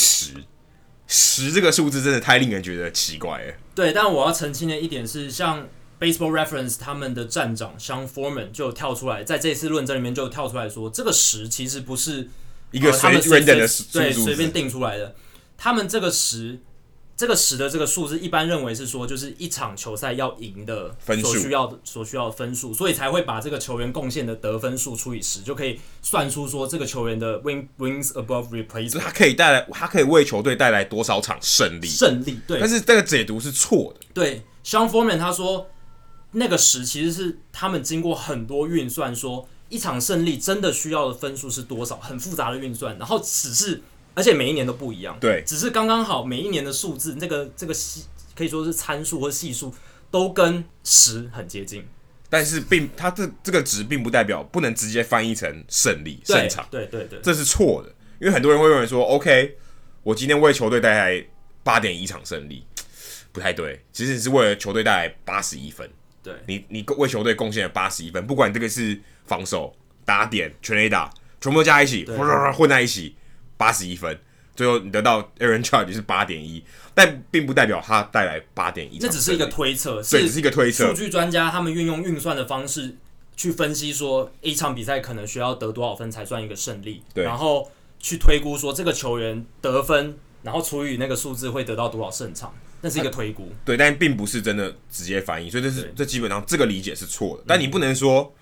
10这个数字真的太令人觉得奇怪了。 对，但我要澄清的一点是，像 Baseball Reference 他们的站长 Sean Foreman 就跳出来，在这次论证里面就跳出来说，这个10其实不是一个他们 random 的数字， 对，随便定出来的。他们这个10的这个数字，一般认为是说，就是一场球赛要赢的所需要的分数，所以才会把这个球员贡献的得分数除以10，就可以算出说这个球员的 wins above replacement， 他可以为球队带来多少场胜利？ 对。 但是这个解读是错的。 对 ，Sean Foreman 他说，那个10其实是他们经过很多运算，说一场胜利真的需要的分数是多少，很复杂的运算，然后而且每一年都不一样， 对， 只是刚刚好每一年的数字，这个可以说是参数或系数都跟10很接近， 但是它这个值并不代表不能直接翻译成胜场， 对， 这是错的，因为很多人会认为说 ，OK， 我今天为球队带来8.1场胜利，不太对，其实你是为了球队带来81分， 对， 你为球队贡献了81分，不管这个是防守、打点、全垒打，全部都加一起，混在一起。81分，最后你得到 Aaron Judge 是8.1，但并不代表他带来8.1。 那只是一个推测， 对，只是一个推测。 数据专家他们运用运算的方式去分析说，一场比赛可能需要得多少分才算一个胜利，然后去推估说这个球员得分，然后除以那个数字会得到多少胜场，那是一个推估。 对，但并不是真的直接翻译，所以这基本上这个理解是错的。但你不能说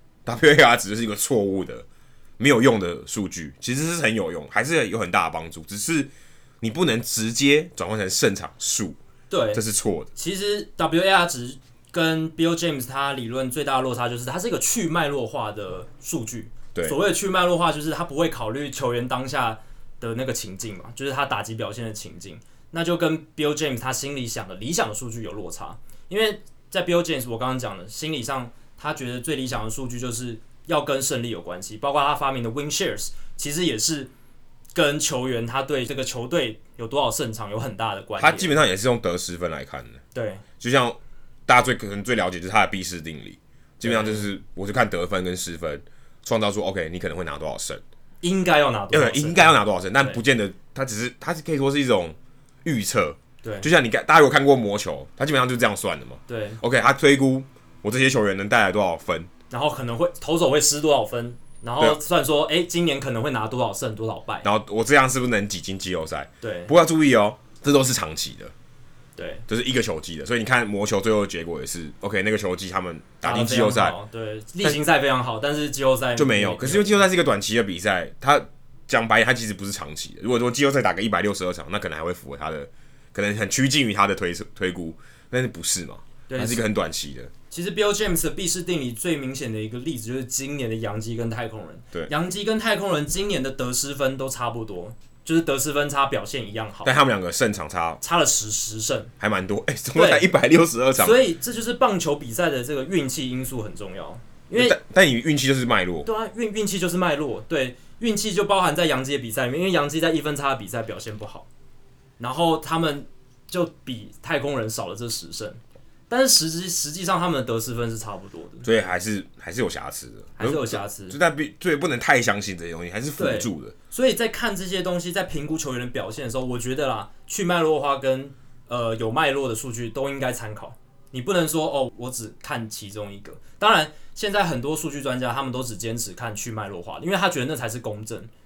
WAR 值是一个错误的。没有用的数据其实是很有用，还是有很大的帮助，只是你不能直接转换成胜场数， 对， 这是错的。 其实 WAR 值跟 Bill James 他理论最大的落差就是它是一个去脉络化的数据。 对， 所谓的去脉络化就是他不会考虑球员当下的那个情境嘛，就是他打击表现的情境，那就跟 Bill James 他心里想的理想的数据有落差。因为在 Bill James 我刚刚讲的，心理上他觉得最理想的数据就是要跟胜利有关系，包括他发明的 Win Shares， 其实也是跟球员他对这个球队有多少胜场有很大的关系。 他基本上也是用得失分来看的。 对， 就像大家可能最了解就是他的毕氏定理，基本上就是我就看得分跟失分，创造出 OK 你可能会拿多少胜， 应该要拿多少胜， 应该要拿多少胜，但不见得，它可以说是一种预测。 对， 就像大家有看过魔球，他基本上就是这样算的嘛。 对 ，OK， 他推估我这些球员能带来多少分。 然后可能会投手会失多少分，然后算说，今年可能会拿多少胜多少败， 然后我这样是不是能挤进季后赛？ 对， 不过要注意哦，这都是长期的， 对， 就是一个球季的，所以你看魔球最后的结果也是 OK， 那个球季他们打进季后赛， 对，例行赛非常好，但是季后赛就没有。可是因为季后赛是一个短期的比赛，它讲白，它其实不是长期的。如果说季后赛打个162场，那可能还会符合他的，可能很趋近于他的推估，但是不是嘛？它是一个很短期的。 其实 Bill James 的毕氏定理最明显的一个例子就是今年的洋基跟太空人。 对， 洋基跟太空人今年的得失分都差不多，就是得失分差表现一样好， 但他们两个胜场差了 10胜， 还蛮多。总共才162场。 所以这就是棒球比赛的这个运气因素很重要。因为但你运气就是脉络。 对啊，运气就是脉络。对，运气就包含在洋基的比赛里面，因为洋基在1分差的比赛表现不好，然后他们就比太空人少了这10胜。但是实际上他们的得失分是差不多的， 所以还是有瑕疵的， 还是有瑕疵。 所以不能太相信这些东西，还是辅助的。 所以在看这些东西，在评估球员的表现的时候，我觉得啦，去脉络化跟有脉络的数据都应该参考。你不能说我只看其中一个。当然，现在很多数据专家他们都只坚持看去脉络化，因为他觉得那才是公正。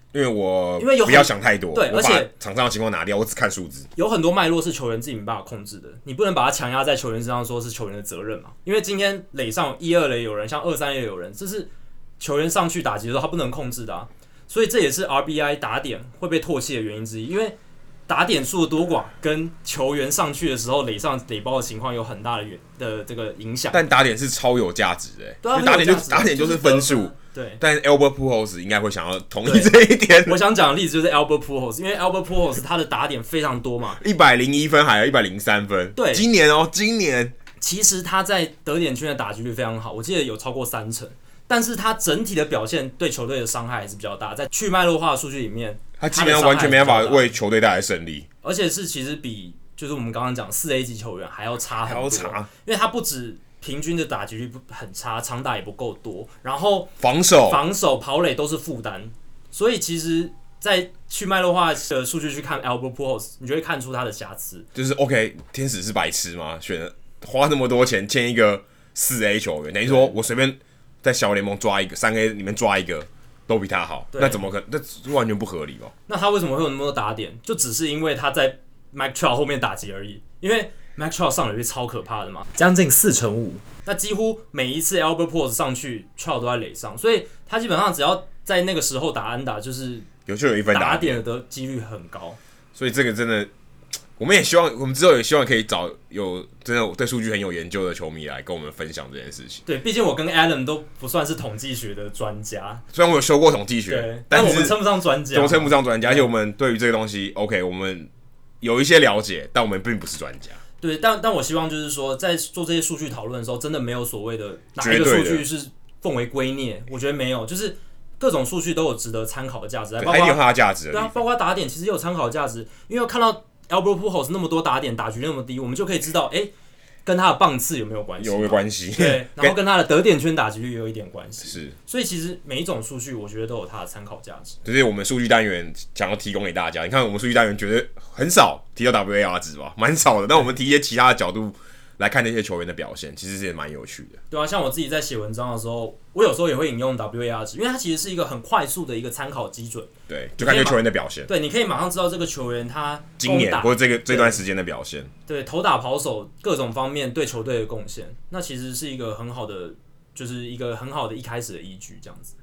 因为我因为不要想太多， 对， 我把而且场上的情况拿掉，我只看数字。 有很多脉络是球员自己没办法控制的，你不能把它强压在球员身上，说是球员的责任嘛？因为今天垒上1、2垒有人，像2、3垒有人，这是球员上去打击的时候他不能控制的啊。所以这也是 RBI 打点会被唾弃的原因之一，因为打点数的多寡跟球员上去的时候垒上垒包的情况有很大的这个影响。 但打点是超有价值的， 对啊， 因为打点就是分数。 对， 但是 Albert Pujols 应该会想要同意这一点。 我想讲的例子就是 Albert Pujols， 因为 Albert Pujols 他的打点非常多嘛 ，101分还有103分。 对， 今年其实他在得点圈的打击率非常好，我记得有超过30%。但是他整体的表现对球队的伤害还是比较大，在去脉络化的数据里面， 他基本上完全没办法为球队带来胜利， 而且是其实比就是我们刚刚讲4A 级球员还要差很多，因为他不止平均的打击率很差，长打也不够多，然后防守、跑垒都是负担，所以其实，在去脉络化的数据去看 Albert Pujols， 你就会看出他的瑕疵。 就是 OK， 天使是白痴吗？花那么多钱签一个4A 球员，等于说我随便在小联盟抓一个3A 里面抓一个都比他好，那怎么可能？那完全不合理吧？ 那他为什么会有那么多打点？就只是因为他在 Mike Trout 后面打击而已。因为 Mike Trout 上垒率超可怕的嘛，将近4.5%。那几乎每一次 Albert Pujols 上去 Trout 都在垒上，所以他基本上只要在那个时候打安打，就是有一分打点的几率很高。 所以这个真的。我们之后也希望可以找有真的对数据很有研究的球迷来跟我们分享这件事情。 对，毕竟我跟 Adam 都不算是统计学的专家， 虽然我有修过统计学， 对，但我们称不上专家， 都称不上专家。而且我们对于这个东西 ，OK， 我们有一些了解，但我们并不是专家。 对，但我希望就是说，在做这些数据讨论的时候，真的没有所谓的哪一个数据是奉为圭臬，我觉得没有，就是各种数据都有值得参考的价值，包括一定有它的价值。 对啊，包括打点其实也有参考价值，因为看到Albert Pujols 那么多打点，打局那么低，我们就可以知道，跟他的棒次有没有关系？ 有关系。 对，然后跟他的得点圈打击率也有一点关系。 是， 所以其实每一种数据，我觉得都有它的参考价值。 这是我们数据单元想要提供给大家。你看，我们数据单元觉得很少提到 WAR 值吧，蛮少的。但我们提一些其他的角度来看那些球员的表现，其实也蛮有趣的。 对啊，像我自己在写文章的时候，我有时候也会引用 WAR 值，因为它其实是一个很快速的一个参考基准。 对，就看这球员的表现。 对，你可以马上知道这个球员他今年或者这段时间的表现。 对，投打跑手各种方面对球队的贡献，那其实是一个很好的，就是一个很好的一开始的依据，这样子。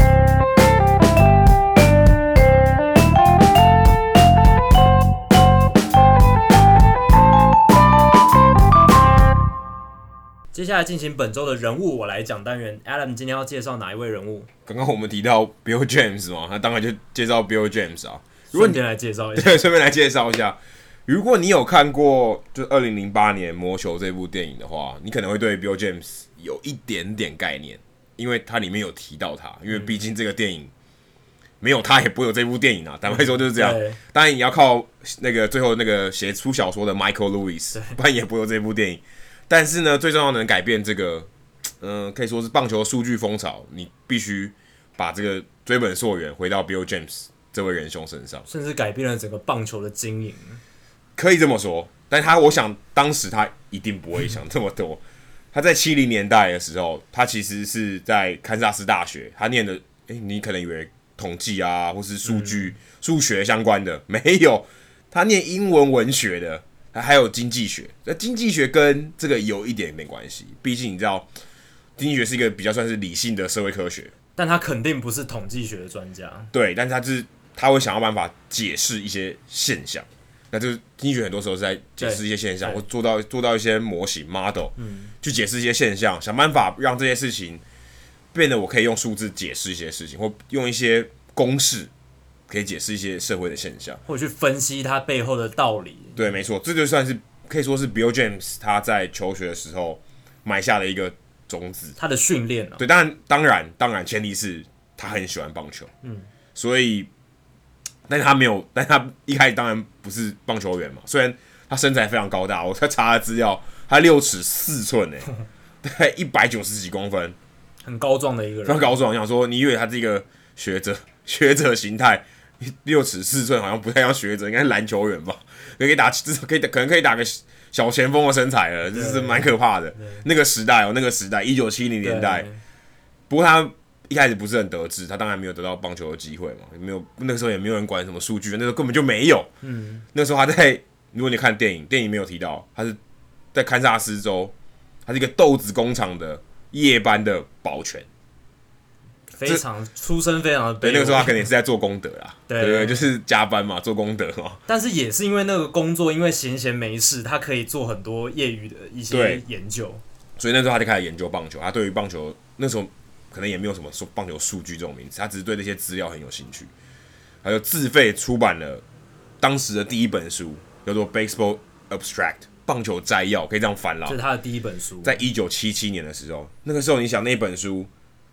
接下来进行本周的人物我来讲单元 ，Adam 今天要介绍哪一位人物？ 刚刚我们提到 Bill James 嘛，那当然就介绍 Bill James 啊。 顺便来介绍一下， 对，顺便来介绍一下。如果你有看过就2008年《魔球》这部电影的话，你可能会对 Bill James 有一点点概念，因为它里面有提到他。因为毕竟这个电影没有他，也不会有这部电影啊。坦白说就是这样。当然你要靠那个最后那个写出小说的 Michael Lewis， 不然也不会有这部电影。但是呢，最重要的能改变这个，可以说是棒球数据风潮，你必须把这个追本溯源，回到 Bill James 这位仁兄身上， 甚至改变了整个棒球的经营， 可以这么说。但我想当时他一定不会想这么多。他在70年代的时候，他其实是在堪萨斯大学，他念的，你可能以为统计啊，或是数据、数学相关的，没有，他念英文文学的。还有经济学，那经济学跟这个有一点点关系，毕竟你知道，经济学是一个比较算是理性的社会科学， 但他肯定不是统计学的专家。 对，但是他会想要办法解释一些现象，那就是经济学很多时候是在解释一些现象，或做到一些模型 model，去解释一些现象，想办法让这些事情变得我可以用数字解释一些事情，或用一些公式。可以解释一些社会的现象， 或者去分析它背后的道理。 对，没错，这就算是可以说是 Bill James 他在求学的时候埋下的一个种子， 他的训练啊。 对，当然，前提是他很喜欢棒球，所以，但他一开始当然不是棒球员嘛，虽然他身材非常高大，我在查了资料，他6尺4寸大概190几公分， 很高壮的一个人， 非常高壮。我想说，你以为他是一个学者形态？6尺4寸好像不太像学者，应该是篮球员吧？可能可以打个小前锋的身材了，这是蛮可怕的。那个时代，1970年代。不过他一开始不是很得志，他当然没有得到棒球的机会嘛，没有那个时候也没有人管什么数据，那时候根本就没有。那时候他在，如果你看电影没有提到，他是在堪萨斯州，他是一个豆子工厂的夜班的保全。 出身非常的卑微。 对，那个时候他可能也是在做功德啦，对，就是加班嘛，做功德嘛。 但是也是因为那个工作，因为闲没事，他可以做很多业余的一些研究。 所以那时候他就开始研究棒球，他对于棒球那时候可能也没有什么棒球数据这种名词，他只是对那些资料很有兴趣。他就自费出版了当时的第一本书，叫做《Baseball Abstract》棒球摘要，可以这样翻啦。 这是他的第一本书， 在1977年的时候，那个时候你想那本书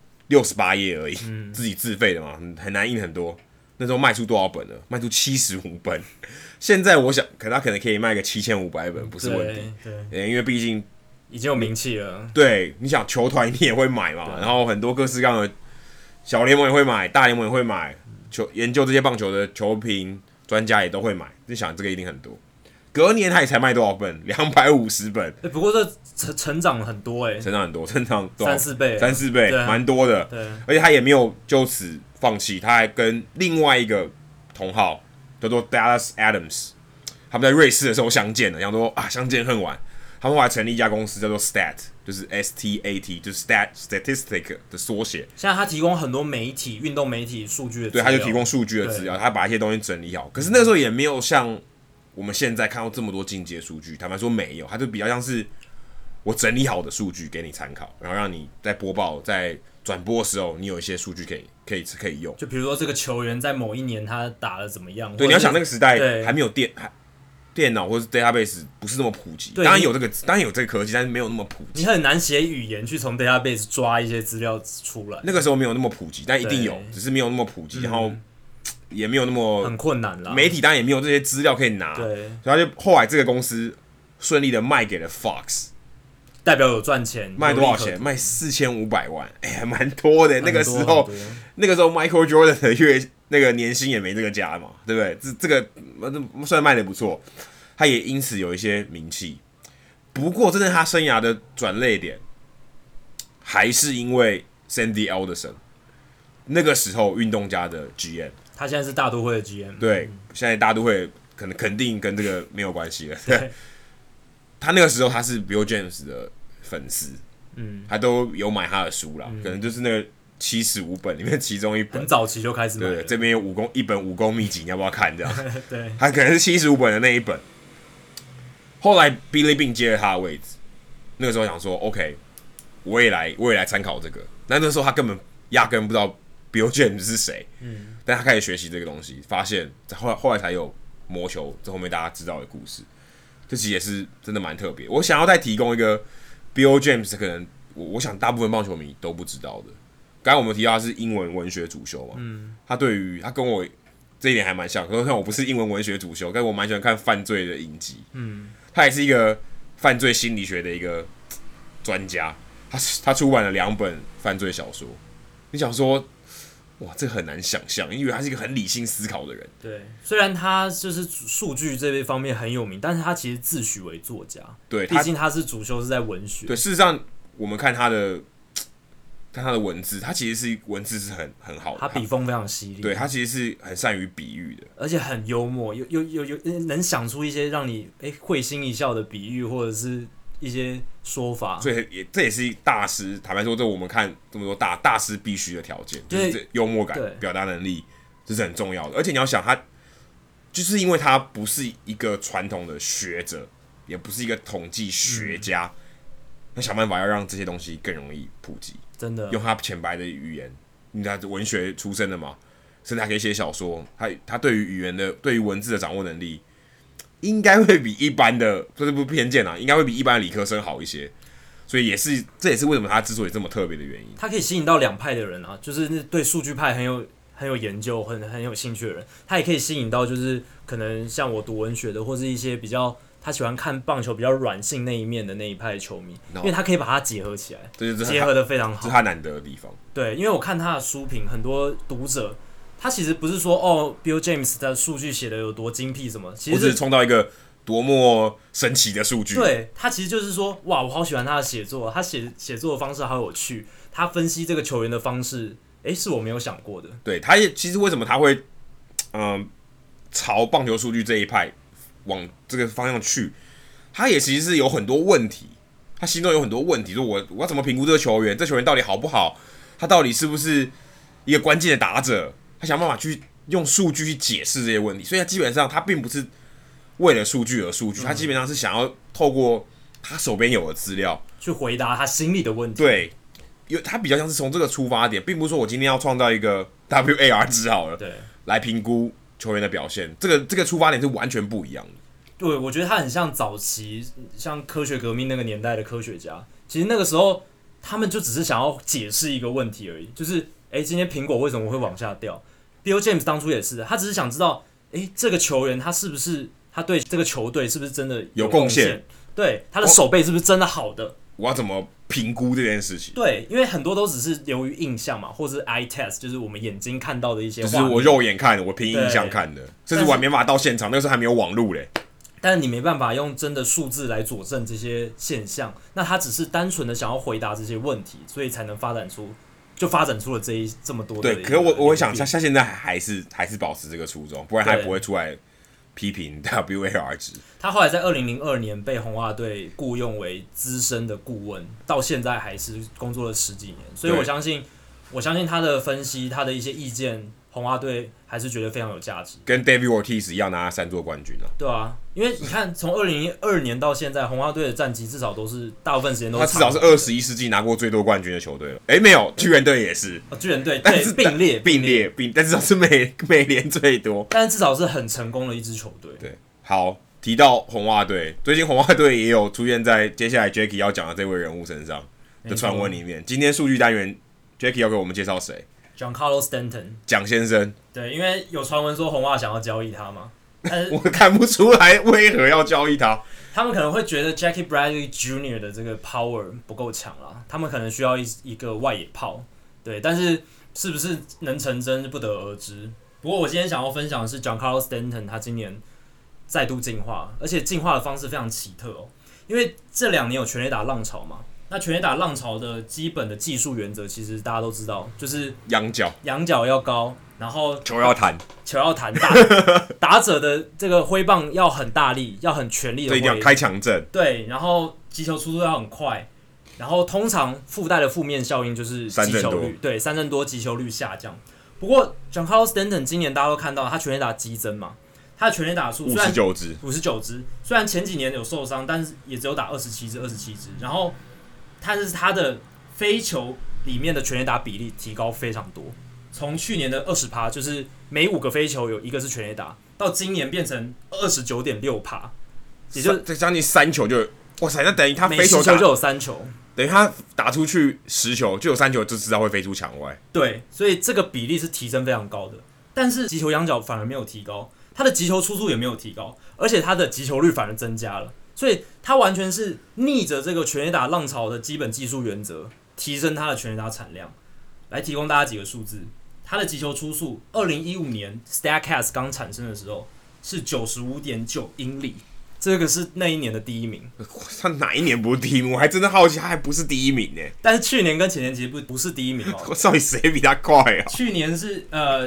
68页而已，自己自费的嘛，很难印很多。那时候卖出多少本了？卖出75本。现在我想，他可能可以卖个7500本，不是问题。对，因为毕竟已经有名气了。 对，你想球团你也会买嘛，然后很多各式各样的小联盟也会买，大联盟也会买，研究这些棒球的球评专家也都会买。就想这个一定很多。隔年他也才卖多少本？250本。 不过这成长很多成长很多，成长多少 3-4倍， 蛮多的。 对， 而且他也没有就此放弃，他还跟另外一个同好叫做 Dallas Adams， 他们在瑞士的时候相见了，想说相见恨晚。他们后来成立一家公司叫做 Stat， 就是 STAT， 就是 Statistic 的缩写。 现在他提供很多运动媒体数据的资料， 对，他就提供数据的资料，他把一些东西整理好。可是那个时候也没有像我们现在看到这么多进阶数据，坦白说没有，它就比较像是我整理好的数据给你参考，然后让你在播报、在转播的时候，你有一些数据可以用。 就比如说这个球员在某一年他打得怎么样？ 对，你要想那个时代还没有电脑或是 database 不是那么普及，当然有这个科技，但是没有那么普及。 你很难写语言去从 database 抓一些资料出来。 那个时候没有那么普及，但一定有，只是没有那么普及，然后也没有那么很困难啦。 媒体当然也没有这些资料可以拿， 对， 所以他就后来这个公司顺利的卖给了 Fox， 代表有赚钱。 卖多少钱？卖4500万，还蛮多的。那个时候 Michael Jordan 的那个年薪也没这个价嘛，对不对？这个算卖的不错，他也因此有一些名气。不过，真正他生涯的转捩点，还是因为 Sandy Alderson 那个时候运动家的 GM。 他现在是大都会的 GM。 对，现在大都会肯定跟这个没有关系了。对，他那个时候他是 Bill James 的粉丝，他都有买他的书啦，可能就是那个75本里面其中一本， 很早期就开始买了。 对，这边有一本武功秘籍，你要不要看？这样， 对， 他可能是75本的那一本。后来 Billy Beane 接了他的位置，那个时候想说 ，OK， 我也来参考这个。那时候他压根不知道 Bill James 是谁，但他开始学习这个东西，发现后来才有魔球，这后面大家知道的故事。这其实也是真的蛮特别。我想要再提供一个 Bill James， 可能我想大部分棒球迷都不知道的。刚才我们提到他是英文文学主修嘛，他跟我这一点还蛮像。可是我不是英文文学主修，但我蛮喜欢看犯罪的影集。他也是一个犯罪心理学的一个专家。他出版了2本犯罪小说。你想说，哇，这很难想象，因为他是一个很理性思考的人。 对，虽然他就是数据这方面很有名，但是他其实自诩为作家。 对， 毕竟他是主修是在文学。 对，事实上我们看他的文字，他其实是文字是很好的， 他笔锋非常犀利。 对，他其实是很善于比喻的， 而且很幽默，有能想出一些让你会心一笑的比喻，或者是一些说法。 所以这也是大师，坦白说，这我们看这么多大师必须的条件，就是这幽默感、表达能力，这是很重要的。而且你要想，他就是因为他不是一个传统的学者，也不是一个统计学家，他想办法要让这些东西更容易普及。 真的用他浅白的语言，他文学出身的嘛，甚至还可以写小说。他对于文字的掌握能力，应该会比一般的，这不偏见啊，应该会比一般的理科生好一些。所以这也是为什么他之所以这么特别的原因。 他可以吸引到2派的人啊，就是对数据派很有研究、很有兴趣的人，他也可以吸引到就是可能像我读文学的，或是一些比较。他喜欢看棒球比较软性那一面的那一派的球迷，因为他可以把它结合起来，结合的非常好， 这是他难得的地方。 对，因为我看他的书评，很多读者他其实不是说Bill James 的数据写的有多精辟什么，其实是冲到一个多么神奇的数据。 对，他其实就是说，哇，我好喜欢他的写作，他写作的方式好有趣，他分析这个球员的方式是我没有想过的。 对，他也其实为什么他会朝棒球数据这一派往这个方向去，他也其实是有很多问题，他心中有很多问题，说我要怎么评估这个球员，这球员到底好不好，他到底是不是一个关键的打者，他想办法去用数据去解释这些问题，所以他基本上他并不是为了数据而数据，他基本上是想要透过他手边有的资料去回答他心里的问题。 对，他比较像是从这个出发点，并不是说我今天要创造一个 WAR 值好了， 对， 来评估球员的表现，这个出发点是完全不一样的。 对，我觉得他很像早期像科学革命那个年代的科学家，其实那个时候他们就只是想要解释一个问题而已，就是今天苹果为什么会往下掉 ？Bill James 当初也是，他只是想知道，这个球员他是不是他对这个球队是不是真的有贡献？ 对，他的手背是不是真的好的？ 我要怎么评估这件事情？ 对，因为很多都只是流于印象嘛，或者是 eye test， 就是我们眼睛看到的一些画面， 就是我肉眼看的，我凭印象看的，甚至我还没办法到现场，那个时候还没有网路嘞。 但是你没办法用真的数字来佐证这些现象，那他只是单纯的想要回答这些问题，所以才能发展出了这么多的。 对，可是我会想，像现在还是保持这个初衷，不然他也不会出来批评 WAR 值。 他后来在2002年被红袜队雇用为资深的顾问，到现在还是工作了10几年，所以我相信他的分析，他的一些意见，红袜队还是觉得非常有价值。 跟 David Ortiz 一样拿3座冠军啊。 对啊，因为你看从2002年到现在，红袜队的战绩至少都是大部分时间都是他至少是21世纪拿过最多冠军的球队了。没有，巨人队也是。 巨人队但是并列， 但至少是美联最多。 但是至少是很成功的一支球队。 对，好，提到红袜队，最近红袜队也有出现在接下来 Jacky 要讲的这位人物身上的传闻里面。今天数据单元 Jacky 要给我们介绍谁？ Giancarlo Stanton， 蒋先生。 对，因为有传闻说红袜想要交易他嘛，但是我看不出来为何要交易他。 他们可能会觉得 Jackie Bradley Jr. 的这个 power 不够强啦，他们可能需要一个外野炮，对，但是是不是能成真不得而知。不过我今天想要分享的是 Giancarlo Stanton， 他今年再度进化，而且进化的方式非常奇特哦，因为这2年有全垒打浪潮嘛。那全垒打浪潮的基本的技术原则，其实大家都知道，就是仰角要高，然后球要弹， 打者的这个挥棒要很大力，要很全力的挥， 一定要开强阵。 对，然后击球速度要很快，然后通常附带的负面效应就是击球率，对，3振多击球率下降。不过 Giancarlo Stanton 今年大家都看到他全垒打激增嘛，他的全垒打数 59 支，虽然前几年有受伤，但是也只有打27支，然后但是他的飞球里面的全垒打比例提高非常多，从去年的20%，就是每5个飞球有1个是全垒打，到今年变成29.6%，也就这将近3球就，哇塞，那等于他飞球每10球就有3球， 等于他打出去10球就有3球就知道会飞出墙外。 对，所以这个比例是提升非常高的，但是击球仰角反而没有提高，他的击球出速也没有提高，而且他的击球率反而增加了。所以他完全是逆着这个全垒打浪潮的基本技术原则，提升他的全垒打产量。来提供大家几个数字，他的击球出速，2015年 Statcast 刚产生的时候是 95.9 英里，这个是那一年的第1名。 他哪一年不是第1名？我还真的好奇，他还不是第1名呢。 但是去年跟前年其实不是第1名哦。 到底谁比他快啊？ 去年是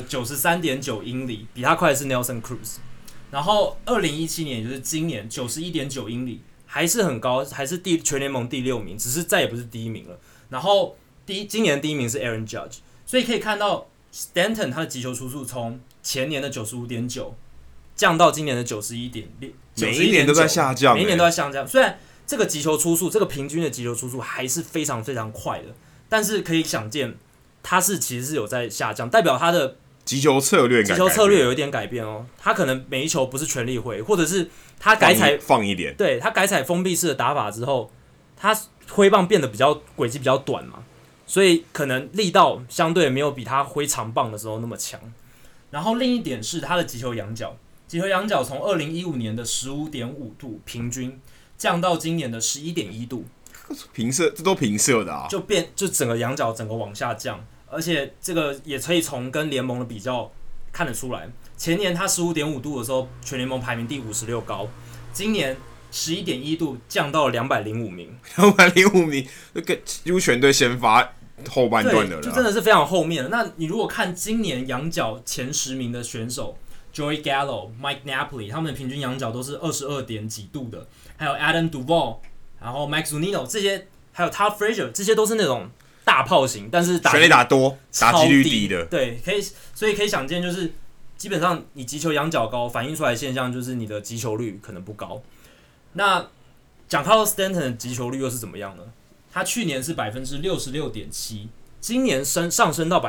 93.9 英里，比他快的是 Nelson Cruz。然后2017年，也就是今年91.9英里，还是很高，还是全联盟第6名，只是再也不是第1名了。然后今年的第1名是 Aaron Judge， 所以可以看到 Stanton 他的击球出速从前年的 95.9 降到今年的 91.6， 每一年都在下降， 每一年都在下降。虽然这个击球出速，这个平均的击球出速还是非常非常快的，但是可以想见，它其实是有在下降，代表他的击球策略有一点改变哦，他可能每一球不是全力挥，或者是他改采放一点， 对，他改采封闭式的打法之后，他挥棒变得轨迹比较短嘛，所以可能力道相对没有比他挥长棒的时候那么强。然后另一点是他的击球仰角从2015年的 15.5 度平均降到今年的 11.1 度， 平射，这都平射的啊， 就整个仰角整个往下降。而且这个也可以从跟联盟的比较看得出来，前年他 15.5 度的时候，全联盟排名第56高，今年 11.1 度降到了205名， 205名，几乎全队先发后半段的了， 就真的是非常后面了。那你如果看今年洋角前10名的选手 ，Joey Gallo、Mike Napoli， 他们的平均洋角都是22点几度的，还有 Adam Duvall， 然后 Mike Zunino 这些，还有 Todd Frazier， 这些都是那种大炮型，但是全垒打多，打击率低的， 对，所以可以想见，就是基本上你击球仰角高，反映出来的现象就是你的击球率可能不高。那Giancarlo Stanton 的击球率又是怎么样呢？他去年是 66.7%， 今年上升到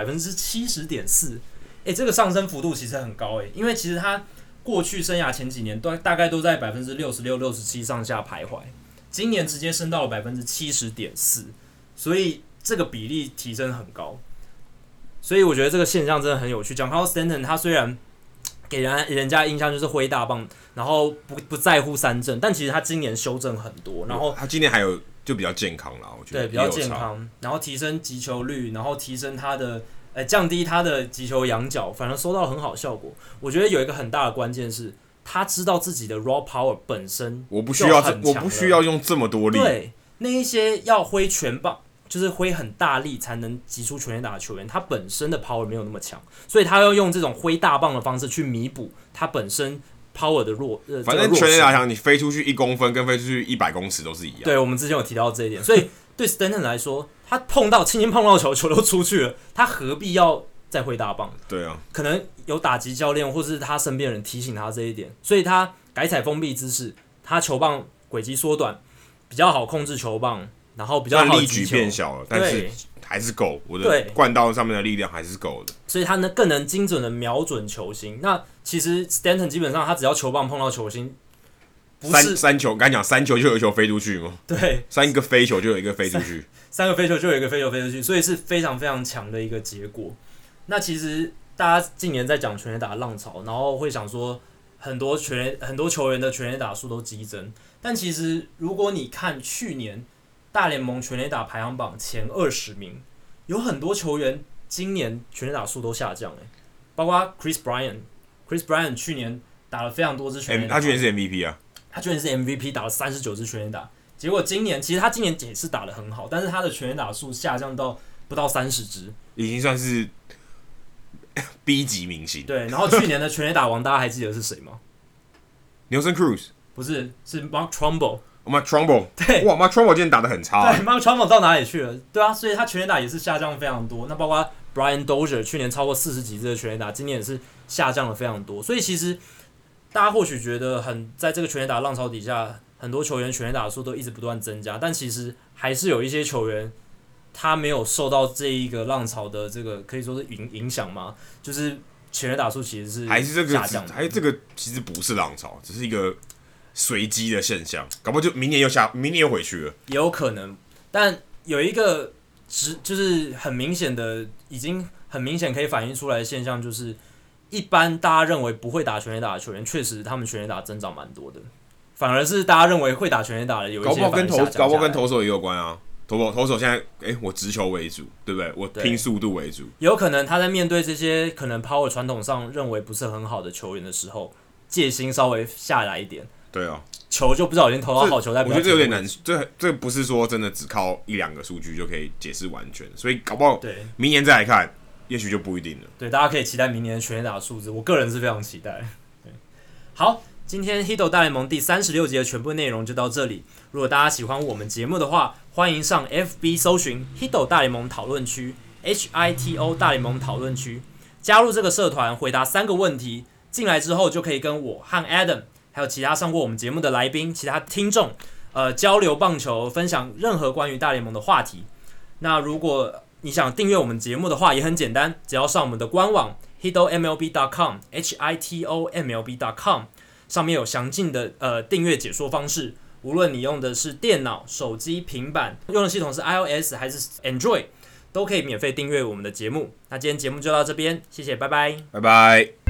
70.4%， 这个上升幅度其实很高因为其实他过去生涯前几年大概都在 66%、67% 上下徘徊，今年直接升到了 70.4%， 所以这个比例提升很高。所以我觉得这个现象真的很有趣。Giancarlo Stanton 他虽然给人家印象就是挥大棒，然后不在乎三振，但其实他今年修正很多，然后他今年还有就比较健康啦，我觉得对比较健康，然后提升击球率，然后提升他的降低他的击球仰角，反而收到了很好的效果。我觉得有一个很大的关键是，他知道自己的 raw power 本身我不需要用这么多力， 对那一些要挥全棒。就是挥很大力才能击出全垒打的球员，他本身的 power 没有那么强，所以他要用这种挥大棒的方式去弥补他本身 power 的反正全垒打墙你飞出去1公分跟飞出去100公尺都是一样。 对，我们之前有提到这一点，所以对 Stanton 来说，他轻轻碰到球都出去了，他何必要再挥大棒？ 对啊， 可能有打击教练或是他身边的人提醒他这一点，所以他改采封闭姿势，他球棒轨迹缩短，比较好控制球棒。然后比较好力矩变小了，但是还是够，我的灌道上面的力量还是够的， 所以他呢更能精准的瞄准球心。那其实 Stanton 基本上他只要球棒碰到球心，不是三球，刚才讲3球就有1球飞出去吗？ 对 ，3个飞球就有1个飞出去 ，3个飞球就有1个飞球飞出去，所以是非常非常强的一个结果。那其实大家近年在讲全垒打浪潮，然后会想说很多球员的全垒打数都激增，但其实如果你看去年大联盟全垒打排行榜前20名，有很多球员今年全垒打数都下降包括 Chris Bryant 去年打了非常多支全垒打， 他去年是 MVP 啊， 他去年是 MVP 打了39支全垒打，结果今年其实他今年也是打得很好，但是他的全垒打数下降到不到30支， 已经算是 B 级明星。 对，然后去年的全垒打王大家还记得是谁吗 ？Nelson Cruz 不是，是 Mark Trumbo。Mark Trumbo 对， 哇 ，Mark Trumbo 今天打得很差。 对 ，Mark Trumbo 到哪里去了？对啊，所以他全垒打也是下降非常多。那包括 Brian Dozier 去年超过40几支的全垒打，今年也是下降了非常多。所以其实大家或许觉得在这个全垒打浪潮底下，很多球员全垒打数都一直不断增加，但其实还是有一些球员他没有受到这一个浪潮的这个可以说是影响嘛，就是全垒打数其实是还是这个下降的， 还是这个其实不是浪潮，只是一个随机的现象，搞不好就明年又回去了， 也有可能。但有一个就是很明显的，已经很明显可以反映出来的现象，就是一般大家认为不会打全垒打的球员，确实他们全垒打增长蛮多的，反而是大家认为会打全垒打的有一些搞不好跟投手也有关啊。投手现在，我直球为主，对不对？我拼速度为主。 有可能他在面对这些可能 power 传统上认为不是很好的球员的时候，戒心稍微下来一点。 对啊， 球就不小心投到好球，代表我觉得这有点难。这不是说真的只靠1-2个数据就可以解释完全，所以搞不好明年再来看，也许就不一定了。 对，大家可以期待明年的全垒打数字，我个人是非常期待。对，好。今天 Hito 大联盟第36集的全部内容就到这里。如果大家喜欢我们节目的话，欢迎上 FB 搜寻 Hito 大联盟讨论区 HITO 大联盟讨论区，加入这个社团，回答3个问题。进来之后就可以跟我和 Adam 还有其他上过我们节目的来宾、其他听众交流棒球，分享任何关于大联盟的话题。那如果你想订阅我们节目的话，也很简单，只要上我们的官网 hitomlb.com HITOMLB.com。上面有详尽的订阅解说方式，无论你用的是电脑、手机、平板，用的系统是 iOS 还是 Android， 都可以免费订阅我们的节目。那今天节目就到这边，谢谢，拜拜， 拜拜。